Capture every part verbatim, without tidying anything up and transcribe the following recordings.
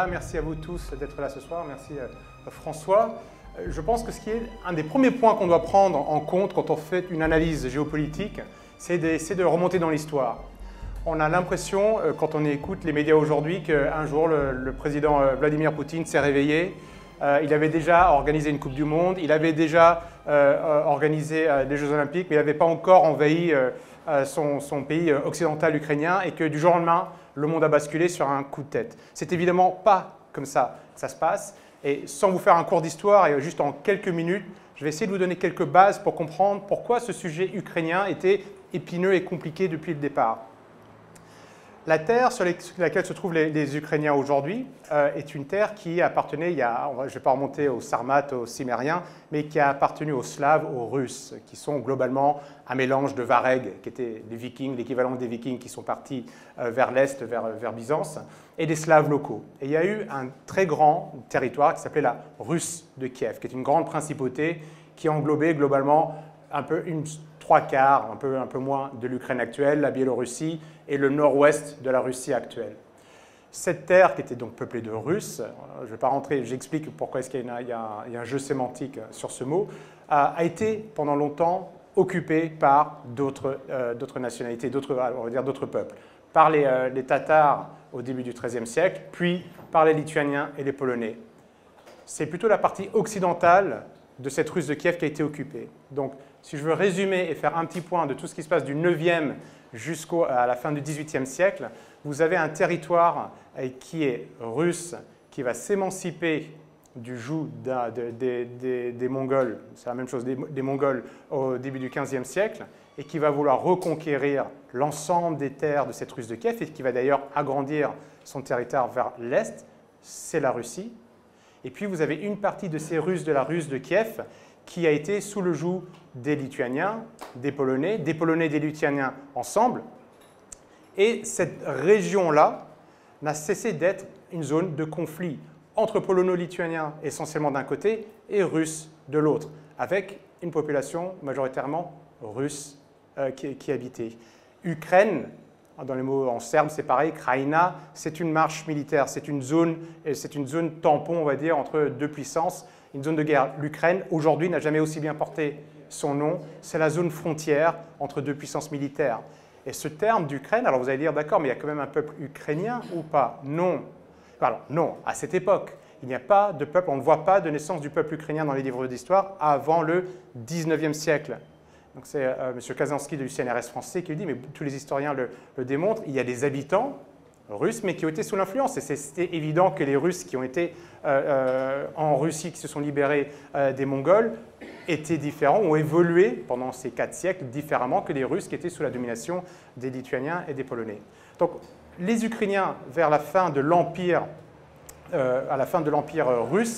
Anna, merci à vous tous d'être là ce soir, merci euh, François. Je pense que ce qui est un des premiers points qu'on doit prendre en compte quand on fait une analyse géopolitique, c'est d'essayer de remonter dans l'histoire. On a l'impression, euh, quand on écoute les médias aujourd'hui, qu'un jour le, le président euh, Vladimir Poutine s'est réveillé, euh, il avait déjà organisé une Coupe du Monde, il avait déjà euh, organisé euh, des Jeux Olympiques, mais il n'avait pas encore envahi euh, Son, son pays occidental ukrainien et que du jour au lendemain, le monde a basculé sur un coup de tête. C'est évidemment pas comme ça que ça se passe. Et sans vous faire un cours d'histoire, et juste en quelques minutes, je vais essayer de vous donner quelques bases pour comprendre pourquoi ce sujet ukrainien était épineux et compliqué depuis le départ. La terre sur laquelle se trouvent les, les Ukrainiens aujourd'hui euh, est une terre qui appartenait, il y a, je ne vais pas remonter aux Sarmates, aux Cimériens, mais qui a appartenu aux Slaves, aux Russes, qui sont globalement un mélange de Varegs, qui étaient des Vikings, l'équivalent des Vikings qui sont partis euh, vers l'Est, vers, vers Byzance, et des Slaves locaux. Et il y a eu un très grand territoire qui s'appelait la Russe de Kiev, qui est une grande principauté qui englobait globalement un peu une trois quarts, un peu, un peu moins de l'Ukraine actuelle, la Biélorussie et le nord-ouest de la Russie actuelle. Cette terre, qui était donc peuplée de Russes, je ne vais pas rentrer, j'explique pourquoi est-ce qu'il y a, il y a, un, il y a un jeu sémantique sur ce mot, a, a été pendant longtemps occupée par d'autres euh, nationalités, d'autres, on va dire d'autres peuples, par les, euh, les Tatars au début du treizième siècle, puis par les Lituaniens et les Polonais. C'est plutôt la partie occidentale de cette Russe de Kiev qui a été occupée. Donc, si je veux résumer et faire un petit point de tout ce qui se passe du neuvième jusqu'à la fin du dix-huitième siècle, vous avez un territoire qui est russe, qui va s'émanciper du joug de, de, de, des Mongols, c'est la même chose, des, des Mongols au début du quinzième siècle, et qui va vouloir reconquérir l'ensemble des terres de cette Russe de Kiev, et qui va d'ailleurs agrandir son territoire vers l'Est, c'est la Russie. Et puis vous avez une partie de ces Russes de la Russe de Kiev qui a été sous le joug des Lituaniens, des Polonais, des Polonais et des Lituaniens ensemble. Et cette région-là n'a cessé d'être une zone de conflit entre polono-lituaniens essentiellement d'un côté et russes de l'autre, avec une population majoritairement russe euh, qui, qui habitait. Ukraine, dans les mots en serbe, c'est pareil, Kraïna, c'est une marche militaire, c'est une zone, c'est une zone tampon, on va dire, entre deux puissances, une zone de guerre. L'Ukraine, aujourd'hui, n'a jamais aussi bien porté son nom, c'est la zone frontière entre deux puissances militaires. Et ce terme d'Ukraine, alors vous allez dire, d'accord, mais il y a quand même un peuple ukrainien ou pas? Non. Alors, non, à cette époque, il n'y a pas de peuple, on ne voit pas de naissance du peuple ukrainien dans les livres d'histoire avant le dix-neuvième siècle. Donc c'est euh, M. Kazansky du C N R S français qui le dit, mais tous les historiens le, le démontrent, il y a des habitants russes, mais qui ont été sous l'influence. Et c'était évident que les Russes qui ont été euh, euh, en Russie, qui se sont libérés euh, des Mongols, étaient différents, ont évolué pendant ces quatre siècles différemment que les Russes qui étaient sous la domination des Lituaniens et des Polonais. Donc les Ukrainiens, vers la fin de l'Empire, euh, à la fin de l'Empire russe,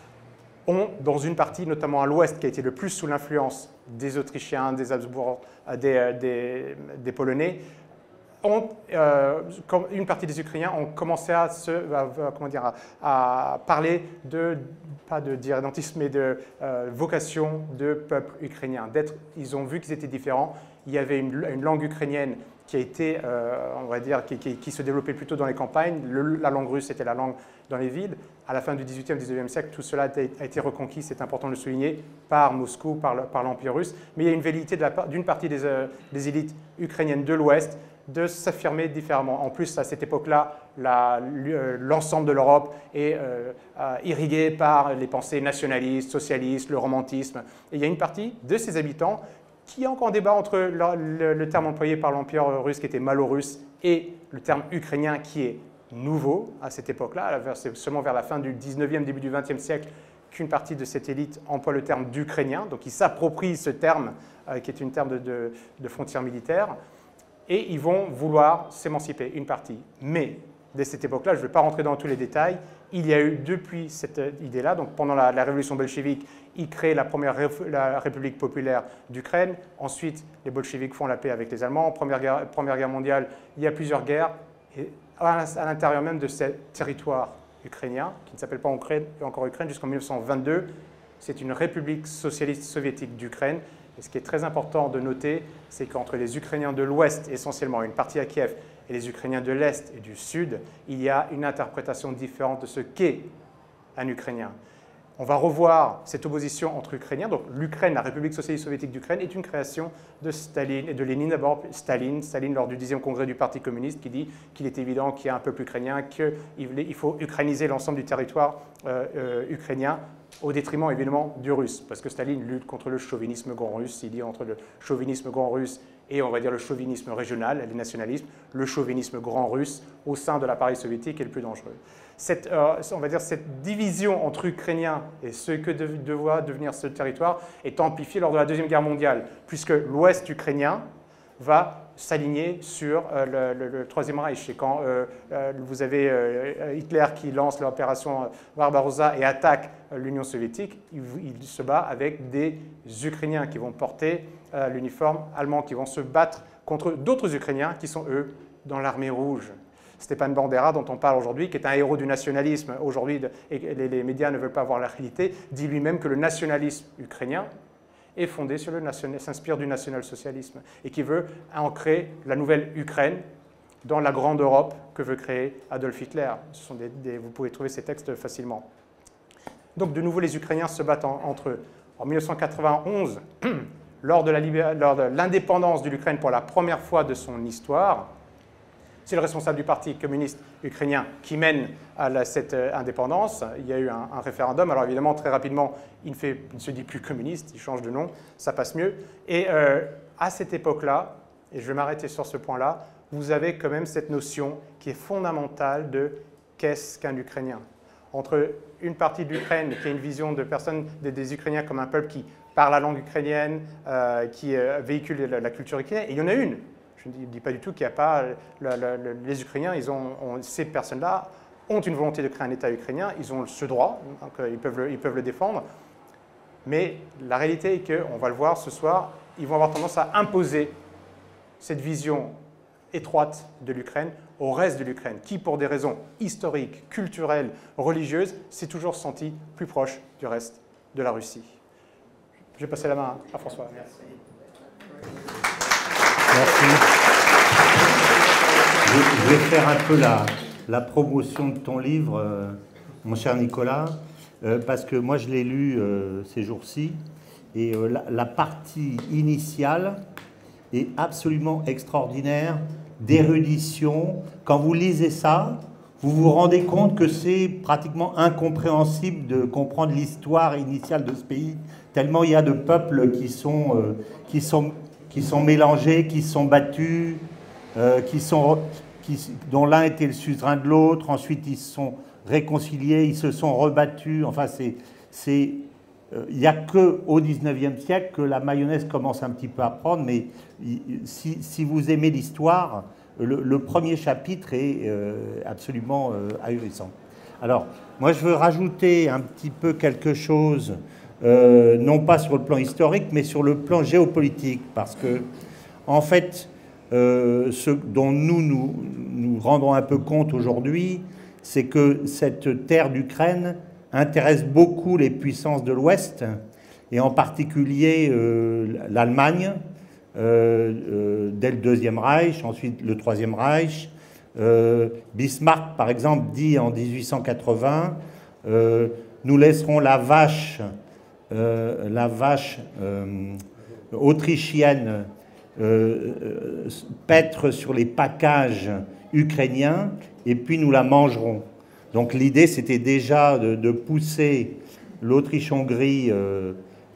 ont, dans une partie, notamment à l'ouest, qui a été le plus sous l'influence des Autrichiens, des Habsbourg, des, des, des Polonais, ont, euh, une partie des Ukrainiens ont commencé à, se, à, comment dire, à, à parler de, pas de d'identisme, mais de euh, vocation de peuple ukrainien. Ils ont vu qu'ils étaient différents. Il y avait une, une langue ukrainienne qui a été, euh, on va dire, qui, qui, qui se développait plutôt dans les campagnes. Le, la langue russe était la langue dans les villes. À la fin du dix-huitième, dix-neuvième siècle, tout cela a été, a été reconquis, c'est important de le souligner, par Moscou, par l'Empire russe. Mais il y a une velléité d'une partie des, euh, des élites ukrainiennes de l'Ouest de s'affirmer différemment. En plus, à cette époque-là, l'ensemble de l'Europe est euh, euh, irrigué par les pensées nationalistes, socialistes, le romantisme. Et il y a une partie de ces habitants qui a encore un débat entre le, le, le terme employé par l'Empire russe qui était malo-russe et le terme ukrainien qui est nouveau à cette époque-là. C'est seulement vers la fin du dix-neuvième, début du vingtième siècle qu'une partie de cette élite emploie le terme d'ukrainien. Donc ils s'approprient ce terme euh, qui est un terme de, de, de frontière militaire. Et ils vont vouloir s'émanciper, une partie. Mais, dès cette époque-là, je ne vais pas rentrer dans tous les détails, il y a eu, depuis cette idée-là, donc pendant la, la révolution bolchevique, ils créent la première la République populaire d'Ukraine. Ensuite, les bolcheviks font la paix avec les Allemands. Première guerre, première guerre mondiale, il y a plusieurs guerres. Et à l'intérieur même de ce territoire ukrainien, qui ne s'appelle pas Ukraine, encore Ukraine, jusqu'en mille neuf cent vingt-deux, c'est une République socialiste soviétique d'Ukraine. Et ce qui est très important de noter, c'est qu'entre les Ukrainiens de l'Ouest, essentiellement une partie à Kiev, et les Ukrainiens de l'Est et du Sud, il y a une interprétation différente de ce qu'est un Ukrainien. On va revoir cette opposition entre Ukrainiens. Donc l'Ukraine, la République socialiste soviétique d'Ukraine, est une création de Staline et de Lénine. D'abord Staline, Staline lors du dixième congrès du Parti communiste, qui dit qu'il est évident qu'il y a un peuple ukrainien, qu'il faut ukrainiser l'ensemble du territoire euh, euh, ukrainien, au détriment évidemment du russe. Parce que Staline lutte contre le chauvinisme grand russe. Il dit entre le chauvinisme grand russe et on va dire le chauvinisme régional, les nationalismes, le chauvinisme grand russe au sein de l'appareil soviétique est le plus dangereux. Cette, euh, on va dire, cette division entre Ukrainiens et ce que doit devenir ce territoire est amplifiée lors de la Deuxième Guerre mondiale, puisque l'Ouest ukrainien va s'aligner sur euh, le, le, le Troisième Reich. Et quand euh, euh, vous avez euh, Hitler qui lance l'opération Barbarossa et attaque euh, l'Union soviétique, il, il se bat avec des Ukrainiens qui vont porter euh, l'uniforme allemand, qui vont se battre contre d'autres Ukrainiens qui sont, eux, dans l'armée rouge. Stepan Bandera, dont on parle aujourd'hui, qui est un héros du nationalisme aujourd'hui, et les, les médias ne veulent pas voir la réalité, dit lui-même que le nationalisme ukrainien est fondé sur le national, s'inspire du national-socialisme et qui veut ancrer la nouvelle Ukraine dans la grande Europe que veut créer Adolf Hitler. Ce sont des, des, vous pouvez trouver ces textes facilement. Donc de nouveau, les Ukrainiens se battent en, entre eux. En mille neuf cent quatre-vingt-onze, lors de l'indépendance de l'Ukraine pour la première fois de son histoire, c'est le responsable du Parti communiste ukrainien qui mène à la, cette euh, indépendance. Il y a eu un, un référendum. Alors évidemment, très rapidement, il ne, fait, il ne se dit plus communiste, il change de nom, ça passe mieux. Et euh, à cette époque-là, et je vais m'arrêter sur ce point-là, vous avez quand même cette notion qui est fondamentale de qu'est-ce qu'un Ukrainien. Entre une partie de l'Ukraine qui a une vision de personnes, des, des Ukrainiens comme un peuple qui parle la langue ukrainienne, euh, qui euh, véhicule la, la culture ukrainienne, et il y en a une. Je ne dis pas du tout qu'il n'y a pas... Le, le, le, les Ukrainiens, ils ont, ont, ces personnes-là ont une volonté de créer un État ukrainien, ils ont ce droit, donc ils peuvent le, ils peuvent le défendre. Mais la réalité est qu'on va le voir ce soir, ils vont avoir tendance à imposer cette vision étroite de l'Ukraine au reste de l'Ukraine, qui, pour des raisons historiques, culturelles, religieuses, s'est toujours senti plus proche du reste de la Russie. Je vais passer la main à François. Merci. Merci. Je vais faire un peu la, la promotion de ton livre, euh, mon cher Nicolas, euh, parce que moi je l'ai lu euh, ces jours-ci, et euh, la, la partie initiale est absolument extraordinaire, d'érudition. Quand vous lisez ça, vous vous rendez compte que c'est pratiquement incompréhensible de comprendre l'histoire initiale de ce pays, tellement il y a de peuples qui sont... Euh, qui sont qui sont mélangés, qui sont battus, euh, qui sont, qui, dont l'un était le suzerain de l'autre, ensuite ils se sont réconciliés, ils se sont rebattus, enfin c'est... c'est euh, il n'y a qu'au dix-neuvième siècle que la mayonnaise commence un petit peu à prendre, mais si, si vous aimez l'histoire, le, le premier chapitre est euh, absolument euh, ahurissant. Alors, moi je veux rajouter un petit peu quelque chose, Euh, non pas sur le plan historique, mais sur le plan géopolitique, parce que, en fait, euh, ce dont nous, nous nous rendons un peu compte aujourd'hui, c'est que cette terre d'Ukraine intéresse beaucoup les puissances de l'Ouest, et en particulier euh, l'Allemagne, euh, euh, dès le Deuxième Reich, ensuite le Troisième Reich. Euh, Bismarck, par exemple, dit en mille huit cent quatre-vingts, euh, nous laisserons la vache Euh, la vache euh, autrichienne euh, euh, paître sur les packages ukrainiens et puis nous la mangerons. Donc l'idée c'était déjà de, de pousser l'Autriche-Hongrie euh,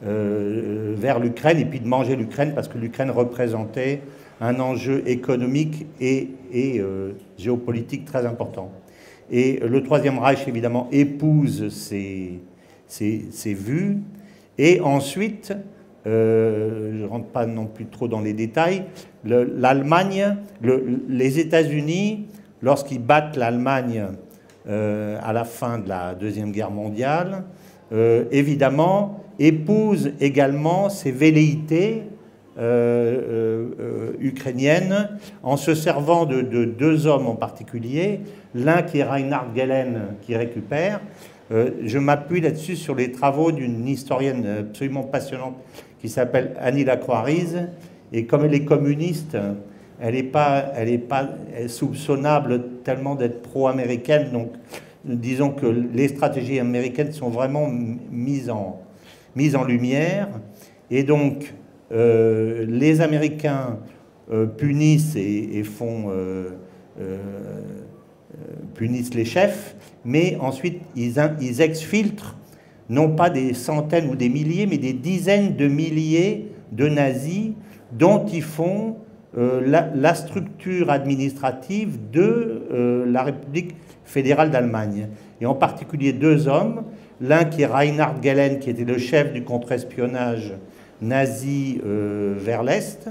euh, vers l'Ukraine et puis de manger l'Ukraine parce que l'Ukraine représentait un enjeu économique et, et euh, géopolitique très important. Et le Troisième Reich évidemment épouse ces, ces, ces vues. Et ensuite, euh, je ne rentre pas non plus trop dans les détails, l'Allemagne, le, les États-Unis, lorsqu'ils battent l'Allemagne euh, à la fin de la Deuxième Guerre mondiale, euh, évidemment, épousent également ces velléités euh, euh, ukrainiennes en se servant de, de deux hommes en particulier, l'un qui est Reinhard Gehlen qui récupère. Euh, je m'appuie là-dessus sur les travaux d'une historienne absolument passionnante qui s'appelle Annie Lacroix-Riz. Et comme elle est communiste, elle n'est pas, elle est pas soupçonnable tellement d'être pro-américaine. Donc, disons que les stratégies américaines sont vraiment mises en, mises en lumière. Et donc, euh, les Américains euh, punissent et, et font... Euh, euh, punissent les chefs, mais ensuite, ils, ils exfiltrent non pas des centaines ou des milliers, mais des dizaines de milliers de nazis dont ils font euh, la, la structure administrative de euh, la République fédérale d'Allemagne. Et en particulier deux hommes, l'un qui est Reinhard Gehlen, qui était le chef du contre-espionnage nazi euh, vers l'Est,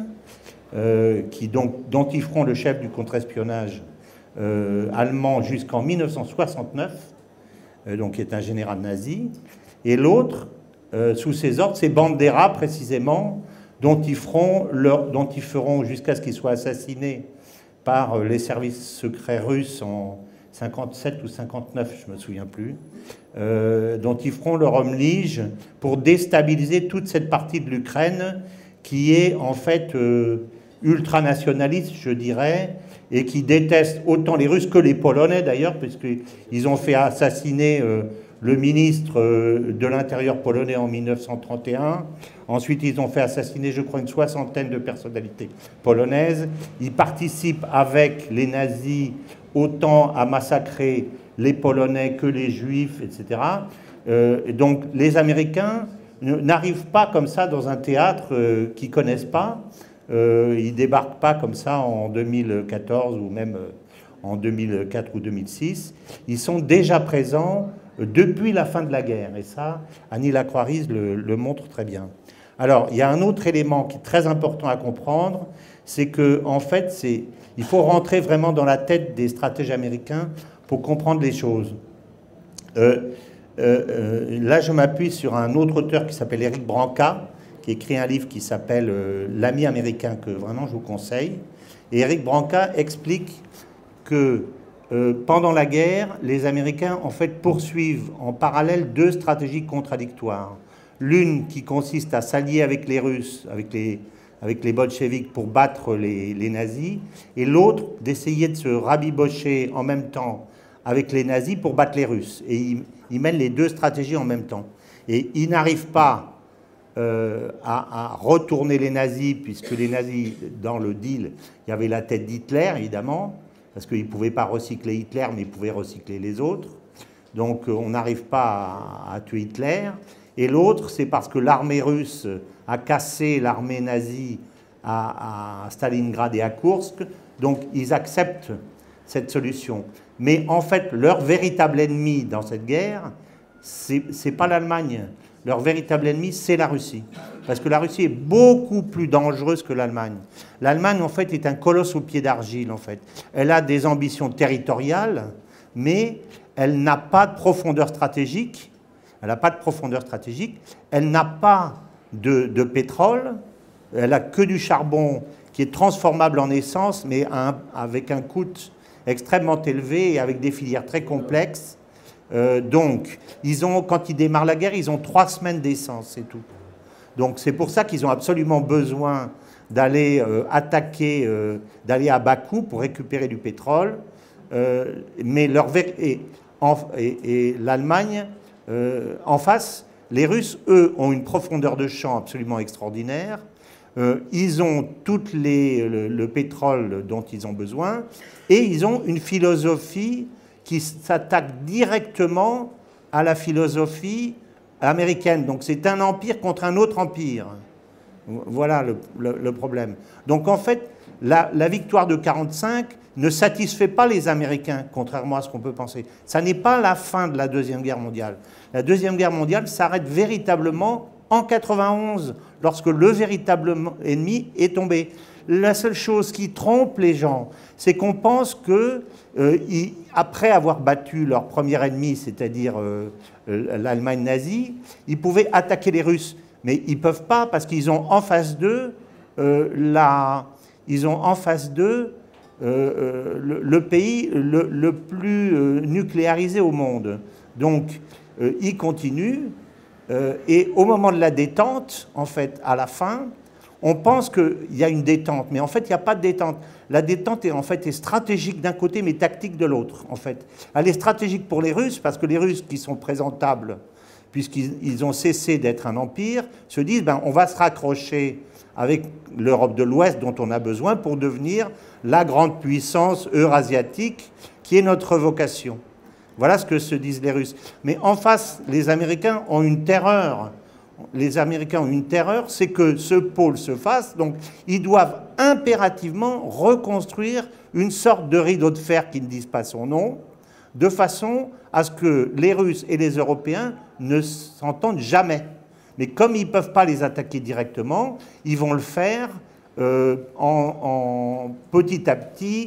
euh, qui donc, dont ils feront le chef du contre-espionnage euh, allemand jusqu'en mille neuf cent soixante-neuf, euh, donc qui est un général nazi, et l'autre, euh, sous ses ordres, c'est Bandera, précisément, dont ils feront, leur, dont ils feront jusqu'à ce qu'il soit assassiné par les services secrets russes en cinquante-sept ou cinquante-neuf, je ne me souviens plus, euh, dont ils feront leur homme lige pour déstabiliser toute cette partie de l'Ukraine qui est en fait euh, ultranationaliste, je dirais, et qui déteste autant les Russes que les Polonais d'ailleurs, puisqu'ils ont fait assassiner euh, le ministre euh, de l'Intérieur polonais en mille neuf cent trente et un. Ensuite, ils ont fait assassiner, je crois, une soixantaine de personnalités polonaises. Ils participent avec les nazis autant à massacrer les Polonais que les Juifs, et cetera. Euh, et donc, les Américains n'arrivent pas comme ça dans un théâtre euh, qu'ils ne connaissent pas. Euh, ils ne débarquent pas comme ça en deux mille quatorze ou même euh, en deux mille quatre ou deux mille six. Ils sont déjà présents euh, depuis la fin de la guerre. Et ça, Annie Lacroix-Riz le, le montre très bien. Alors, il y a un autre élément qui est très important à comprendre, c'est que, en fait, c'est, il faut rentrer vraiment dans la tête des stratèges américains pour comprendre les choses. Euh, euh, euh, là, je m'appuie sur un autre auteur qui s'appelle Eric Branca, qui écrit un livre qui s'appelle euh, « L'ami américain », que vraiment je vous conseille. Et Eric Branca explique que euh, pendant la guerre, les Américains, en fait, poursuivent en parallèle deux stratégies contradictoires. L'une qui consiste à s'allier avec les Russes, avec les, avec les bolcheviks pour battre les, les nazis, et l'autre d'essayer de se rabibocher en même temps avec les nazis pour battre les Russes. Et ils, ils mènent les deux stratégies en même temps. Et ils n'arrivent pas euh, à, à retourner les nazis, puisque les nazis, dans le deal, il y avait la tête d'Hitler, évidemment, parce qu'ils ne pouvaient pas recycler Hitler, mais ils pouvaient recycler les autres. Donc on n'arrive pas à, à tuer Hitler. Et l'autre, c'est parce que l'armée russe a cassé l'armée nazie à, à Stalingrad et à Koursk, donc ils acceptent cette solution. Mais en fait, leur véritable ennemi dans cette guerre, c'est n'est pas l'Allemagne. Leur véritable ennemi, c'est la Russie. Parce que la Russie est beaucoup plus dangereuse que l'Allemagne. L'Allemagne, en fait, est un colosse au pied d'argile, en fait. Elle a des ambitions territoriales, mais elle n'a pas de profondeur stratégique. Elle n'a pas de profondeur stratégique. Elle n'a pas de, de pétrole. Elle n'a que du charbon qui est transformable en essence, mais un, avec un coût extrêmement élevé et avec des filières très complexes. Euh, donc, ils ont, quand ils démarrent la guerre, ils ont trois semaines d'essence, c'est tout. Donc, c'est pour ça qu'ils ont absolument besoin d'aller euh, attaquer, euh, d'aller à Bakou pour récupérer du pétrole. Euh, mais leur et, et, et l'Allemagne, euh, en face, les Russes, eux, ont une profondeur de champ absolument extraordinaire. Euh, ils ont tout le, le pétrole dont ils ont besoin et ils ont une philosophie qui s'attaque directement à la philosophie américaine. Donc c'est un empire contre un autre empire. Voilà le, le, le problème. Donc en fait, la, la victoire de quarante-cinq ne satisfait pas les Américains, contrairement à ce qu'on peut penser. Ça n'est pas la fin de la Deuxième Guerre mondiale. La Deuxième Guerre mondiale s'arrête véritablement en quatre-vingt-onze, lorsque le véritable ennemi est tombé. La seule chose qui trompe les gens, c'est qu'on pense que, euh, ils, après avoir battu leur premier ennemi, c'est-à-dire euh, l'Allemagne nazie, ils pouvaient attaquer les Russes. Mais ils ne peuvent pas, parce qu'ils ont en face d'eux euh, la... ils ont en face d'eux euh, le, le pays le, le plus euh, nucléarisé au monde. Donc, euh, ils continuent. Euh, et au moment de la détente, en fait, à la fin, on pense qu'il y a une détente, mais en fait, il n'y a pas de détente. La détente est en fait est stratégique d'un côté, mais tactique de l'autre, en fait. Elle est stratégique pour les Russes, parce que les Russes qui sont présentables, puisqu'ils ont cessé d'être un empire, se disent, ben, on va se raccrocher avec l'Europe de l'Ouest dont on a besoin pour devenir la grande puissance eurasiatique qui est notre vocation. Voilà ce que se disent les Russes. Mais en face, les Américains ont une terreur. Les Américains ont une terreur, c'est que ce pôle se fasse. Donc, ils doivent impérativement reconstruire une sorte de rideau de fer qui ne dise pas son nom, de façon à ce que les Russes et les Européens ne s'entendent jamais. Mais comme ils ne peuvent pas les attaquer directement, ils vont le faire euh, en, en, petit à petit,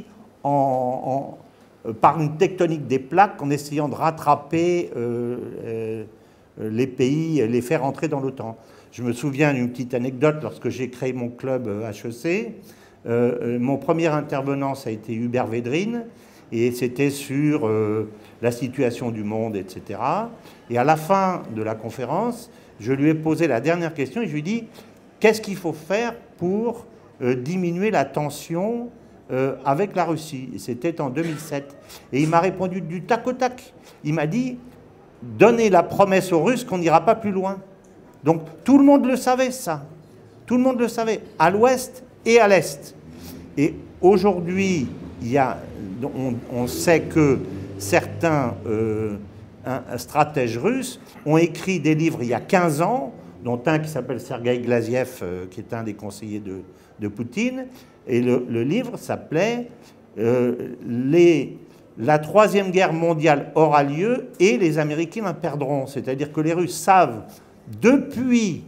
en, en, par une tectonique des plaques, en essayant de rattraper euh, euh, les pays, les faire entrer dans l'OTAN. Je me souviens d'une petite anecdote, lorsque j'ai créé mon club H E C, euh, mon premier intervenant, ça a été Hubert Védrine, et c'était sur euh, la situation du monde, et cetera. Et à la fin de la conférence, je lui ai posé la dernière question et je lui ai dit « Qu'est-ce qu'il faut faire pour euh, diminuer la tension euh, avec la Russie ?» C'était en deux mille sept. Et il m'a répondu du tac au tac. Il m'a dit « Donnez la promesse aux Russes qu'on n'ira pas plus loin. » Donc tout le monde le savait, ça. Tout le monde le savait, à l'ouest et à l'est. Et aujourd'hui, il y a, on, on sait que certains euh, un, stratèges russes ont écrit des livres il y a quinze ans, dont un qui s'appelle Sergueï Glaziev, euh, qui est un des conseillers de, de Poutine. Et le, le livre s'appelait euh, les, « La Troisième Guerre mondiale aura lieu et les Américains la perdront ». C'est-à-dire que les Russes savent depuis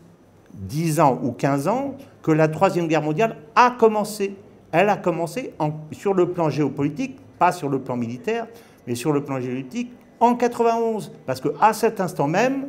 dix ans ou quinze ans que la Troisième Guerre mondiale a commencé. Elle a commencé en, sur le plan géopolitique, pas sur le plan militaire, mais sur le plan géopolitique, en quatre-vingt-onze. Parce qu'à cet instant même,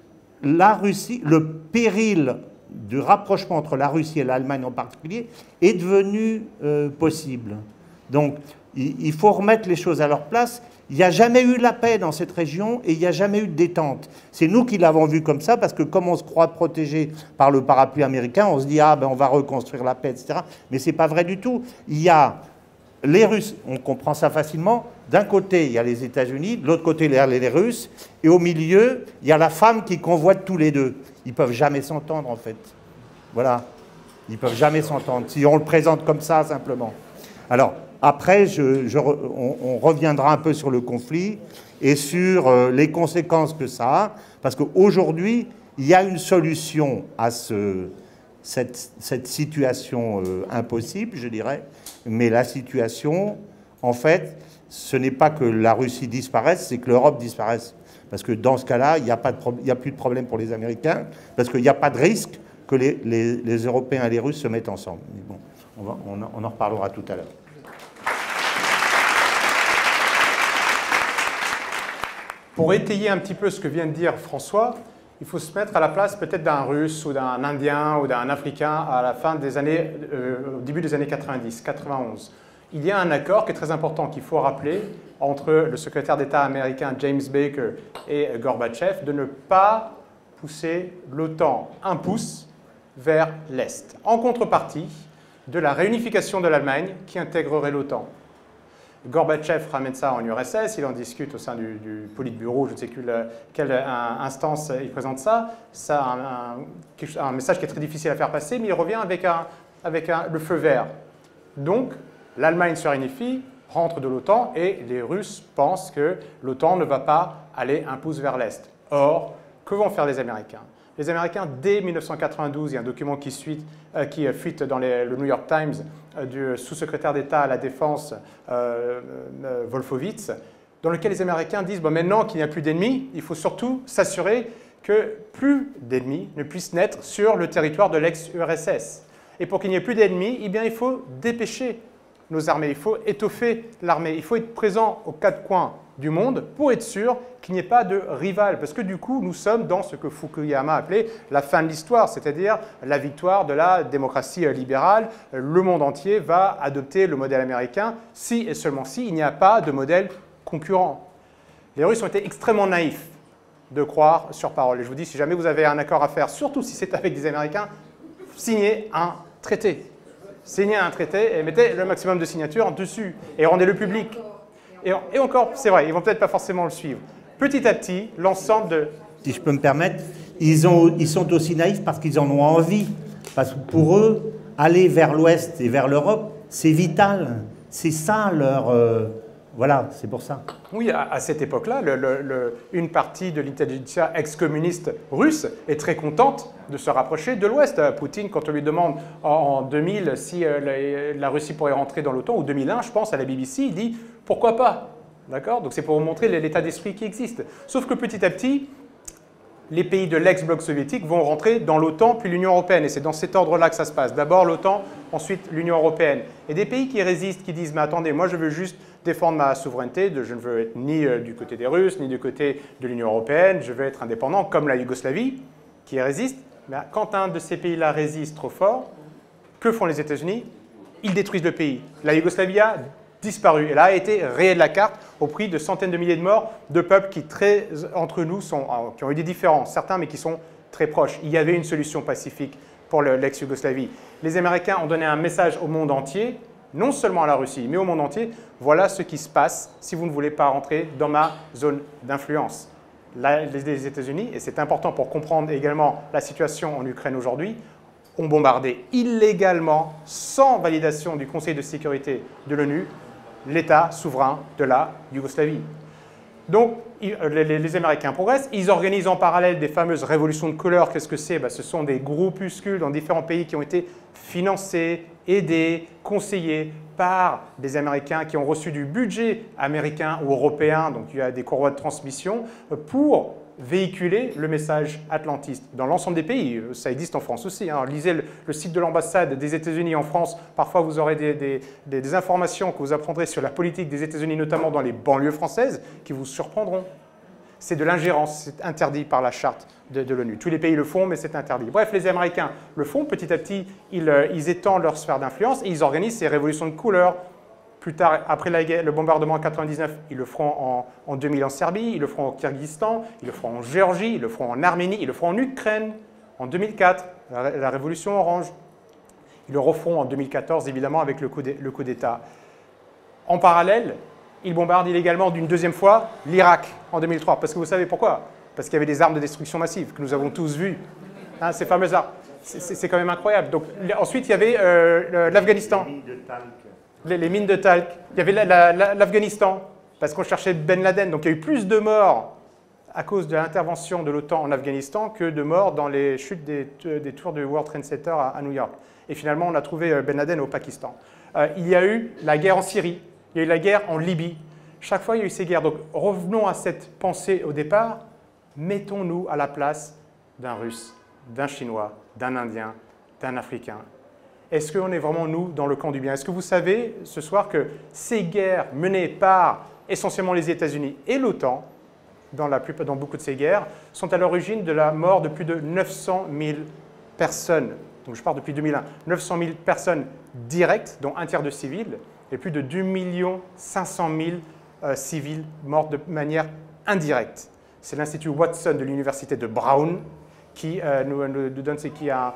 la Russie, le péril du rapprochement entre la Russie et l'Allemagne en particulier est devenu euh, possible. Donc, il, il faut remettre les choses à leur place. Il n'y a jamais eu la paix dans cette région et il n'y a jamais eu de détente. C'est nous qui l'avons vu comme ça parce que comme on se croit protégé par le parapluie américain, on se dit « Ah, ben on va reconstruire la paix, et cetera » Mais ce n'est pas vrai du tout. Il y a les Russes, on comprend ça facilement. D'un côté, il y a les États-Unis, de l'autre côté, il y a les Russes. Et au milieu, il y a la femme qui convoite tous les deux. Ils ne peuvent jamais s'entendre, en fait. Voilà. Ils ne peuvent jamais s'entendre, si on le présente comme ça, simplement. Alors, après, je, je, on, on reviendra un peu sur le conflit et sur euh, les conséquences que ça a, parce qu'aujourd'hui, il y a une solution à ce, cette, cette situation euh, impossible, je dirais, mais la situation, en fait, ce n'est pas que la Russie disparaisse, c'est que l'Europe disparaisse. Parce que dans ce cas-là, il n'y a, a plus de problème pour les Américains, parce qu'il n'y a pas de risque que les, les, les Européens et les Russes se mettent ensemble. Mais bon, on, va, on, on en reparlera tout à l'heure. Pour étayer un petit peu ce que vient de dire François, il faut se mettre à la place peut-être d'un Russe ou d'un Indien ou d'un Africain à la fin des années, euh, au début des années quatre-vingt-dix, quatre-vingt-onze. Il y a un accord qui est très important qu'il faut rappeler entre le secrétaire d'État américain James Baker et Gorbatchev de ne pas pousser l'OTAN un pouce vers l'Est, en contrepartie de la réunification de l'Allemagne qui intégrerait l'OTAN. Gorbatchev ramène ça en U R S S, il en discute au sein du, du Politburo, je ne sais plus le, quelle un, instance il présente ça. Ça un, un, un message qui est très difficile à faire passer, mais il revient avec, un, avec un, le feu vert. Donc, l'Allemagne se réunifie, rentre de l'OTAN, et les Russes pensent que l'OTAN ne va pas aller un pouce vers l'Est. Or, que vont faire les Américains? Les Américains, dès mille neuf cent quatre-vingt-douze, il y a un document qui, suit, euh, qui fuite dans les, le New York Times euh, du sous-secrétaire d'État à la Défense, euh, euh, Wolfowitz, dans lequel les Américains disent bon, maintenant qu'il n'y a plus d'ennemis, il faut surtout s'assurer que plus d'ennemis ne puissent naître sur le territoire de l'ex-U R S S. Et pour qu'il n'y ait plus d'ennemis, eh bien, il faut dépêcher nos armées, il faut étoffer l'armée, il faut être présent aux quatre coins du monde pour être sûr qu'il n'y ait pas de rival. Parce que du coup, nous sommes dans ce que Fukuyama appelait la fin de l'histoire, c'est-à-dire la victoire de la démocratie libérale. Le monde entier va adopter le modèle américain si et seulement si il n'y a pas de modèle concurrent. Les Russes ont été extrêmement naïfs de croire sur parole. Et je vous dis, si jamais vous avez un accord à faire, surtout si c'est avec des Américains, signez un traité. Signez un traité et mettez le maximum de signatures dessus et rendez-le public. Et, et encore, c'est vrai, ils ne vont peut-être pas forcément le suivre. Petit à petit, l'ensemble de... Si je peux me permettre, ils, ont, ils sont aussi naïfs parce qu'ils en ont envie. Parce que pour eux, aller vers l'Ouest et vers l'Europe, c'est vital. C'est ça leur... Euh, voilà, c'est pour ça. Oui, à, à cette époque-là, le, le, le, une partie de l'intelligentsia ex-communiste russe est très contente de se rapprocher de l'Ouest. Poutine, quand on lui demande en, en deux mille si euh, la, la Russie pourrait rentrer dans l'OTAN, ou deux mille un, je pense, à la B B C, il dit « pourquoi pas ?» D'accord? Donc c'est pour vous montrer l'état d'esprit qui existe. Sauf que petit à petit, les pays de l'ex-bloc soviétique vont rentrer dans l'OTAN puis l'Union européenne. Et c'est dans cet ordre-là que ça se passe. D'abord l'OTAN, ensuite l'Union européenne. Et des pays qui résistent, qui disent « mais attendez, moi je veux juste défendre ma souveraineté, de, je ne veux être ni euh, du côté des Russes, ni du côté de l'Union européenne, je veux être indépendant, comme la Yougoslavie, qui résiste. » Mais quand un de ces pays-là résiste trop fort, que font les États-Unis? Ils détruisent le pays. La Yougoslavie a disparu. Elle a été rayée de la carte au prix de centaines de milliers de morts de peuples qui, très, entre nous, sont, qui ont eu des différences, certains, mais qui sont très proches. Il y avait une solution pacifique pour l'ex-Yougoslavie. Les Américains ont donné un message au monde entier, non seulement à la Russie, mais au monde entier. Voilà ce qui se passe si vous ne voulez pas rentrer dans ma zone d'influence. Les États-Unis, et c'est important pour comprendre également la situation en Ukraine aujourd'hui, ont bombardé illégalement, sans validation du Conseil de sécurité de l'ONU, l'État souverain de la Yougoslavie. Donc, les, les Américains progressent. Ils organisent en parallèle des fameuses révolutions de couleur. Qu'est-ce que c'est? Ben, ce sont des groupuscules dans différents pays qui ont été financés, aidés, conseillés par des Américains qui ont reçu du budget américain ou européen. Donc, il y a des courroies de transmission pour véhiculer le message atlantiste dans l'ensemble des pays. Ça existe en France aussi. Hein. Lisez le, le site de l'ambassade des États-Unis en France. Parfois, vous aurez des, des, des, des informations que vous apprendrez sur la politique des États-Unis, notamment dans les banlieues françaises, qui vous surprendront. C'est de l'ingérence, c'est interdit par la charte de, de l'ONU. Tous les pays le font, mais c'est interdit. Bref, les Américains le font. Petit à petit, ils, ils étendent leur sphère d'influence et ils organisent ces révolutions de couleur. Plus tard, après la guerre, le bombardement en mille neuf cent quatre-vingt-dix-neuf, ils le feront en, en deux mille en Serbie, ils le feront au Kyrgyzstan, ils le feront en Géorgie, ils le feront en Arménie, ils le feront en Ukraine en deux mille quatre, la, la révolution orange. Ils le referont en deux mille quatorze, évidemment, avec le coup d'État. En parallèle, ils bombardent illégalement d'une deuxième fois l'Irak en deux mille trois. Parce que vous savez pourquoi? Parce qu'il y avait des armes de destruction massive que nous avons tous vues. Hein, ces fameuses armes. C'est quand même incroyable. Donc, ensuite, il y avait euh, l'Afghanistan. Les, les mines de talc, il y avait l'Afghanistan, la, la, parce qu'on cherchait Ben Laden. Donc il y a eu plus de morts à cause de l'intervention de l'OTAN en Afghanistan que de morts dans les chutes des, des tours du World Trade Center à, à New York. Et finalement, on a trouvé Ben Laden au Pakistan. Euh, il y a eu la guerre en Syrie, il y a eu la guerre en Libye. Chaque fois, il y a eu ces guerres. Donc revenons à cette pensée au départ. Mettons-nous à la place d'un Russe, d'un Chinois, d'un Indien, d'un Africain. Est-ce qu'on est vraiment, nous, dans le camp du bien? Est-ce que vous savez, ce soir, que ces guerres menées par essentiellement les États-Unis et l'OTAN, dans, dans beaucoup de ces guerres, sont à l'origine de la mort de plus de neuf cent mille personnes. Donc je parle depuis deux mille un. neuf cent mille personnes directes, dont un tiers de civils, et plus de deux millions cinq cent mille euh, civils morts de manière indirecte. C'est l'Institut Watson de l'Université de Brown qui euh, nous, nous donne, c'est qui a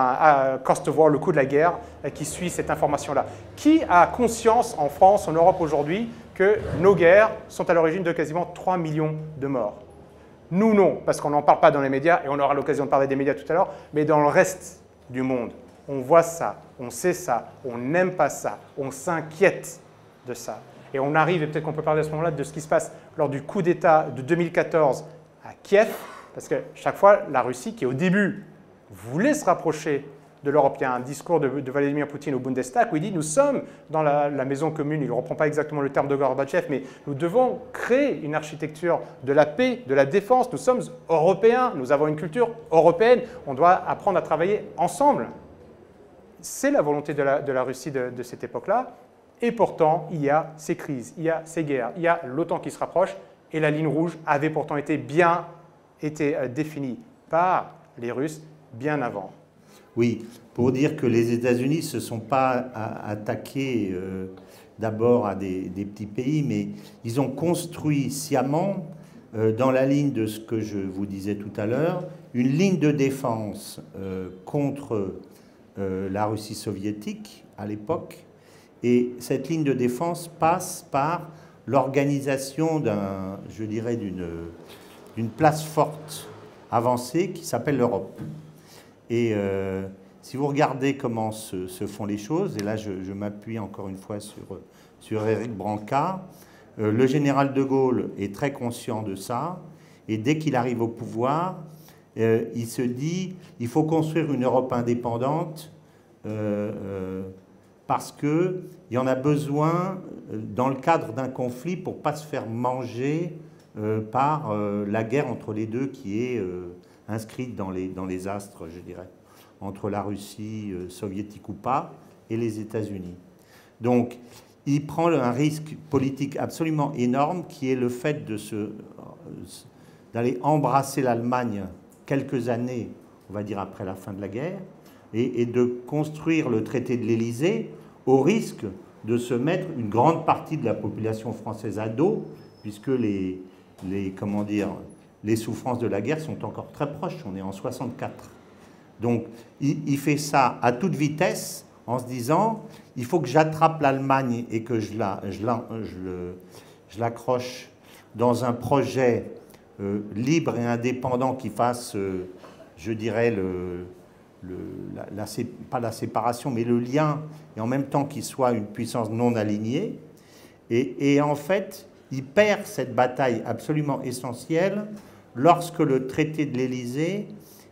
un Cost of War, le coût de la guerre, euh, qui suit cette information-là. Qui a conscience en France, en Europe aujourd'hui, que nos guerres sont à l'origine de quasiment trois millions de morts? Nous, non, parce qu'on n'en parle pas dans les médias, et on aura l'occasion de parler des médias tout à l'heure, mais dans le reste du monde, on voit ça, on sait ça, on n'aime pas ça, on s'inquiète de ça. Et on arrive, et peut-être qu'on peut parler à ce moment-là, de ce qui se passe lors du coup d'État de deux mille quatorze à Kiev, parce que chaque fois, la Russie, qui au début voulait se rapprocher de l'Europe, il y a un discours de, de Vladimir Poutine au Bundestag où il dit « Nous sommes dans la, la maison commune », il ne reprend pas exactement le terme de Gorbatchev, mais nous devons créer une architecture de la paix, de la défense, nous sommes européens, nous avons une culture européenne, on doit apprendre à travailler ensemble. C'est la volonté de la, de la Russie de, de cette époque-là, et pourtant, il y a ces crises, il y a ces guerres, il y a l'OTAN qui se rapproche, et la ligne rouge avait pourtant été bien été définie par les Russes bien avant. Oui, pour dire que les États-Unis ne se sont pas attaqués euh, d'abord à des, des petits pays, mais ils ont construit sciemment, euh, dans la ligne de ce que je vous disais tout à l'heure, une ligne de défense euh, contre euh, la Russie soviétique à l'époque. Et cette ligne de défense passe par l'organisation d'un, je dirais, d'une d'une place forte avancée qui s'appelle l'Europe. Et euh, si vous regardez comment se, se font les choses, et là je, je m'appuie encore une fois sur, sur Éric Branca, euh, le général de Gaulle est très conscient de ça, et dès qu'il arrive au pouvoir, euh, il se dit il faut construire une Europe indépendante euh, euh, parce qu'il y en a besoin dans le cadre d'un conflit pour ne pas se faire manger euh, par euh, la guerre entre les deux qui est euh, inscrite dans les, dans les astres, je dirais, entre la Russie euh, soviétique ou pas et les États-Unis. Donc, il prend un risque politique absolument énorme qui est le fait de se, d'aller embrasser l'Allemagne quelques années, on va dire après la fin de la guerre, et, et de construire le traité de l'Élysée au risque de se mettre une grande partie de la population française à dos, puisque les, les, comment dire, les souffrances de la guerre sont encore très proches. On est en soixante-quatre. Donc, il, il fait ça à toute vitesse en se disant il faut que j'attrape l'Allemagne et que je la, je la, je le, je l'accroche dans un projet euh, libre et indépendant qui fasse, euh, je dirais, le, le, la, la, pas la séparation, mais le lien, et en même temps qu'il soit une puissance non alignée. Et, et en fait, il perd cette bataille absolument essentielle lorsque le traité de l'Élysée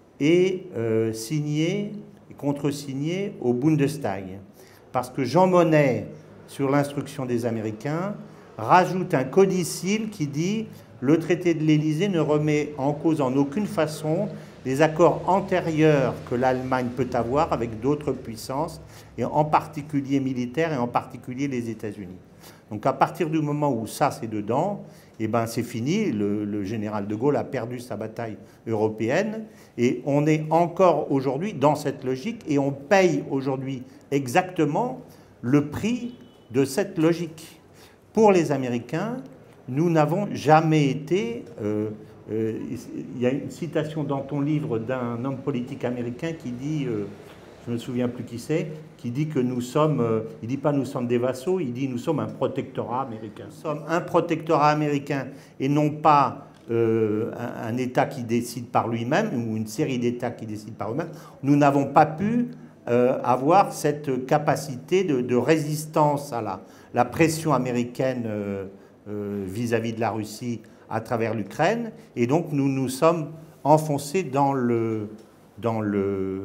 est euh, signé et contresigné au Bundestag. Parce que Jean Monnet, sur l'instruction des Américains, rajoute un codicile qui dit « Le traité de l'Élysée ne remet en cause en aucune façon les accords antérieurs que l'Allemagne peut avoir avec d'autres puissances, et en particulier militaires, et en particulier les États-Unis. » Donc à partir du moment où ça c'est dedans, eh ben c'est fini, le, le général de Gaulle a perdu sa bataille européenne, et on est encore aujourd'hui dans cette logique, et on paye aujourd'hui exactement le prix de cette logique. Pour les Américains, nous n'avons jamais été... Euh, euh, il y a une citation dans ton livre d'un homme politique américain qui dit... Euh, je ne me souviens plus qui c'est, qui dit que nous sommes, euh, il ne dit pas nous sommes des vassaux, il dit nous sommes un protectorat américain. Nous sommes un protectorat américain et non pas euh, un, un État qui décide par lui-même ou une série d'États qui décident par eux-mêmes. Nous n'avons pas pu euh, avoir cette capacité de, de résistance à la, la pression américaine euh, euh, vis-à-vis de la Russie à travers l'Ukraine, et donc nous nous sommes enfoncés dans le... Dans le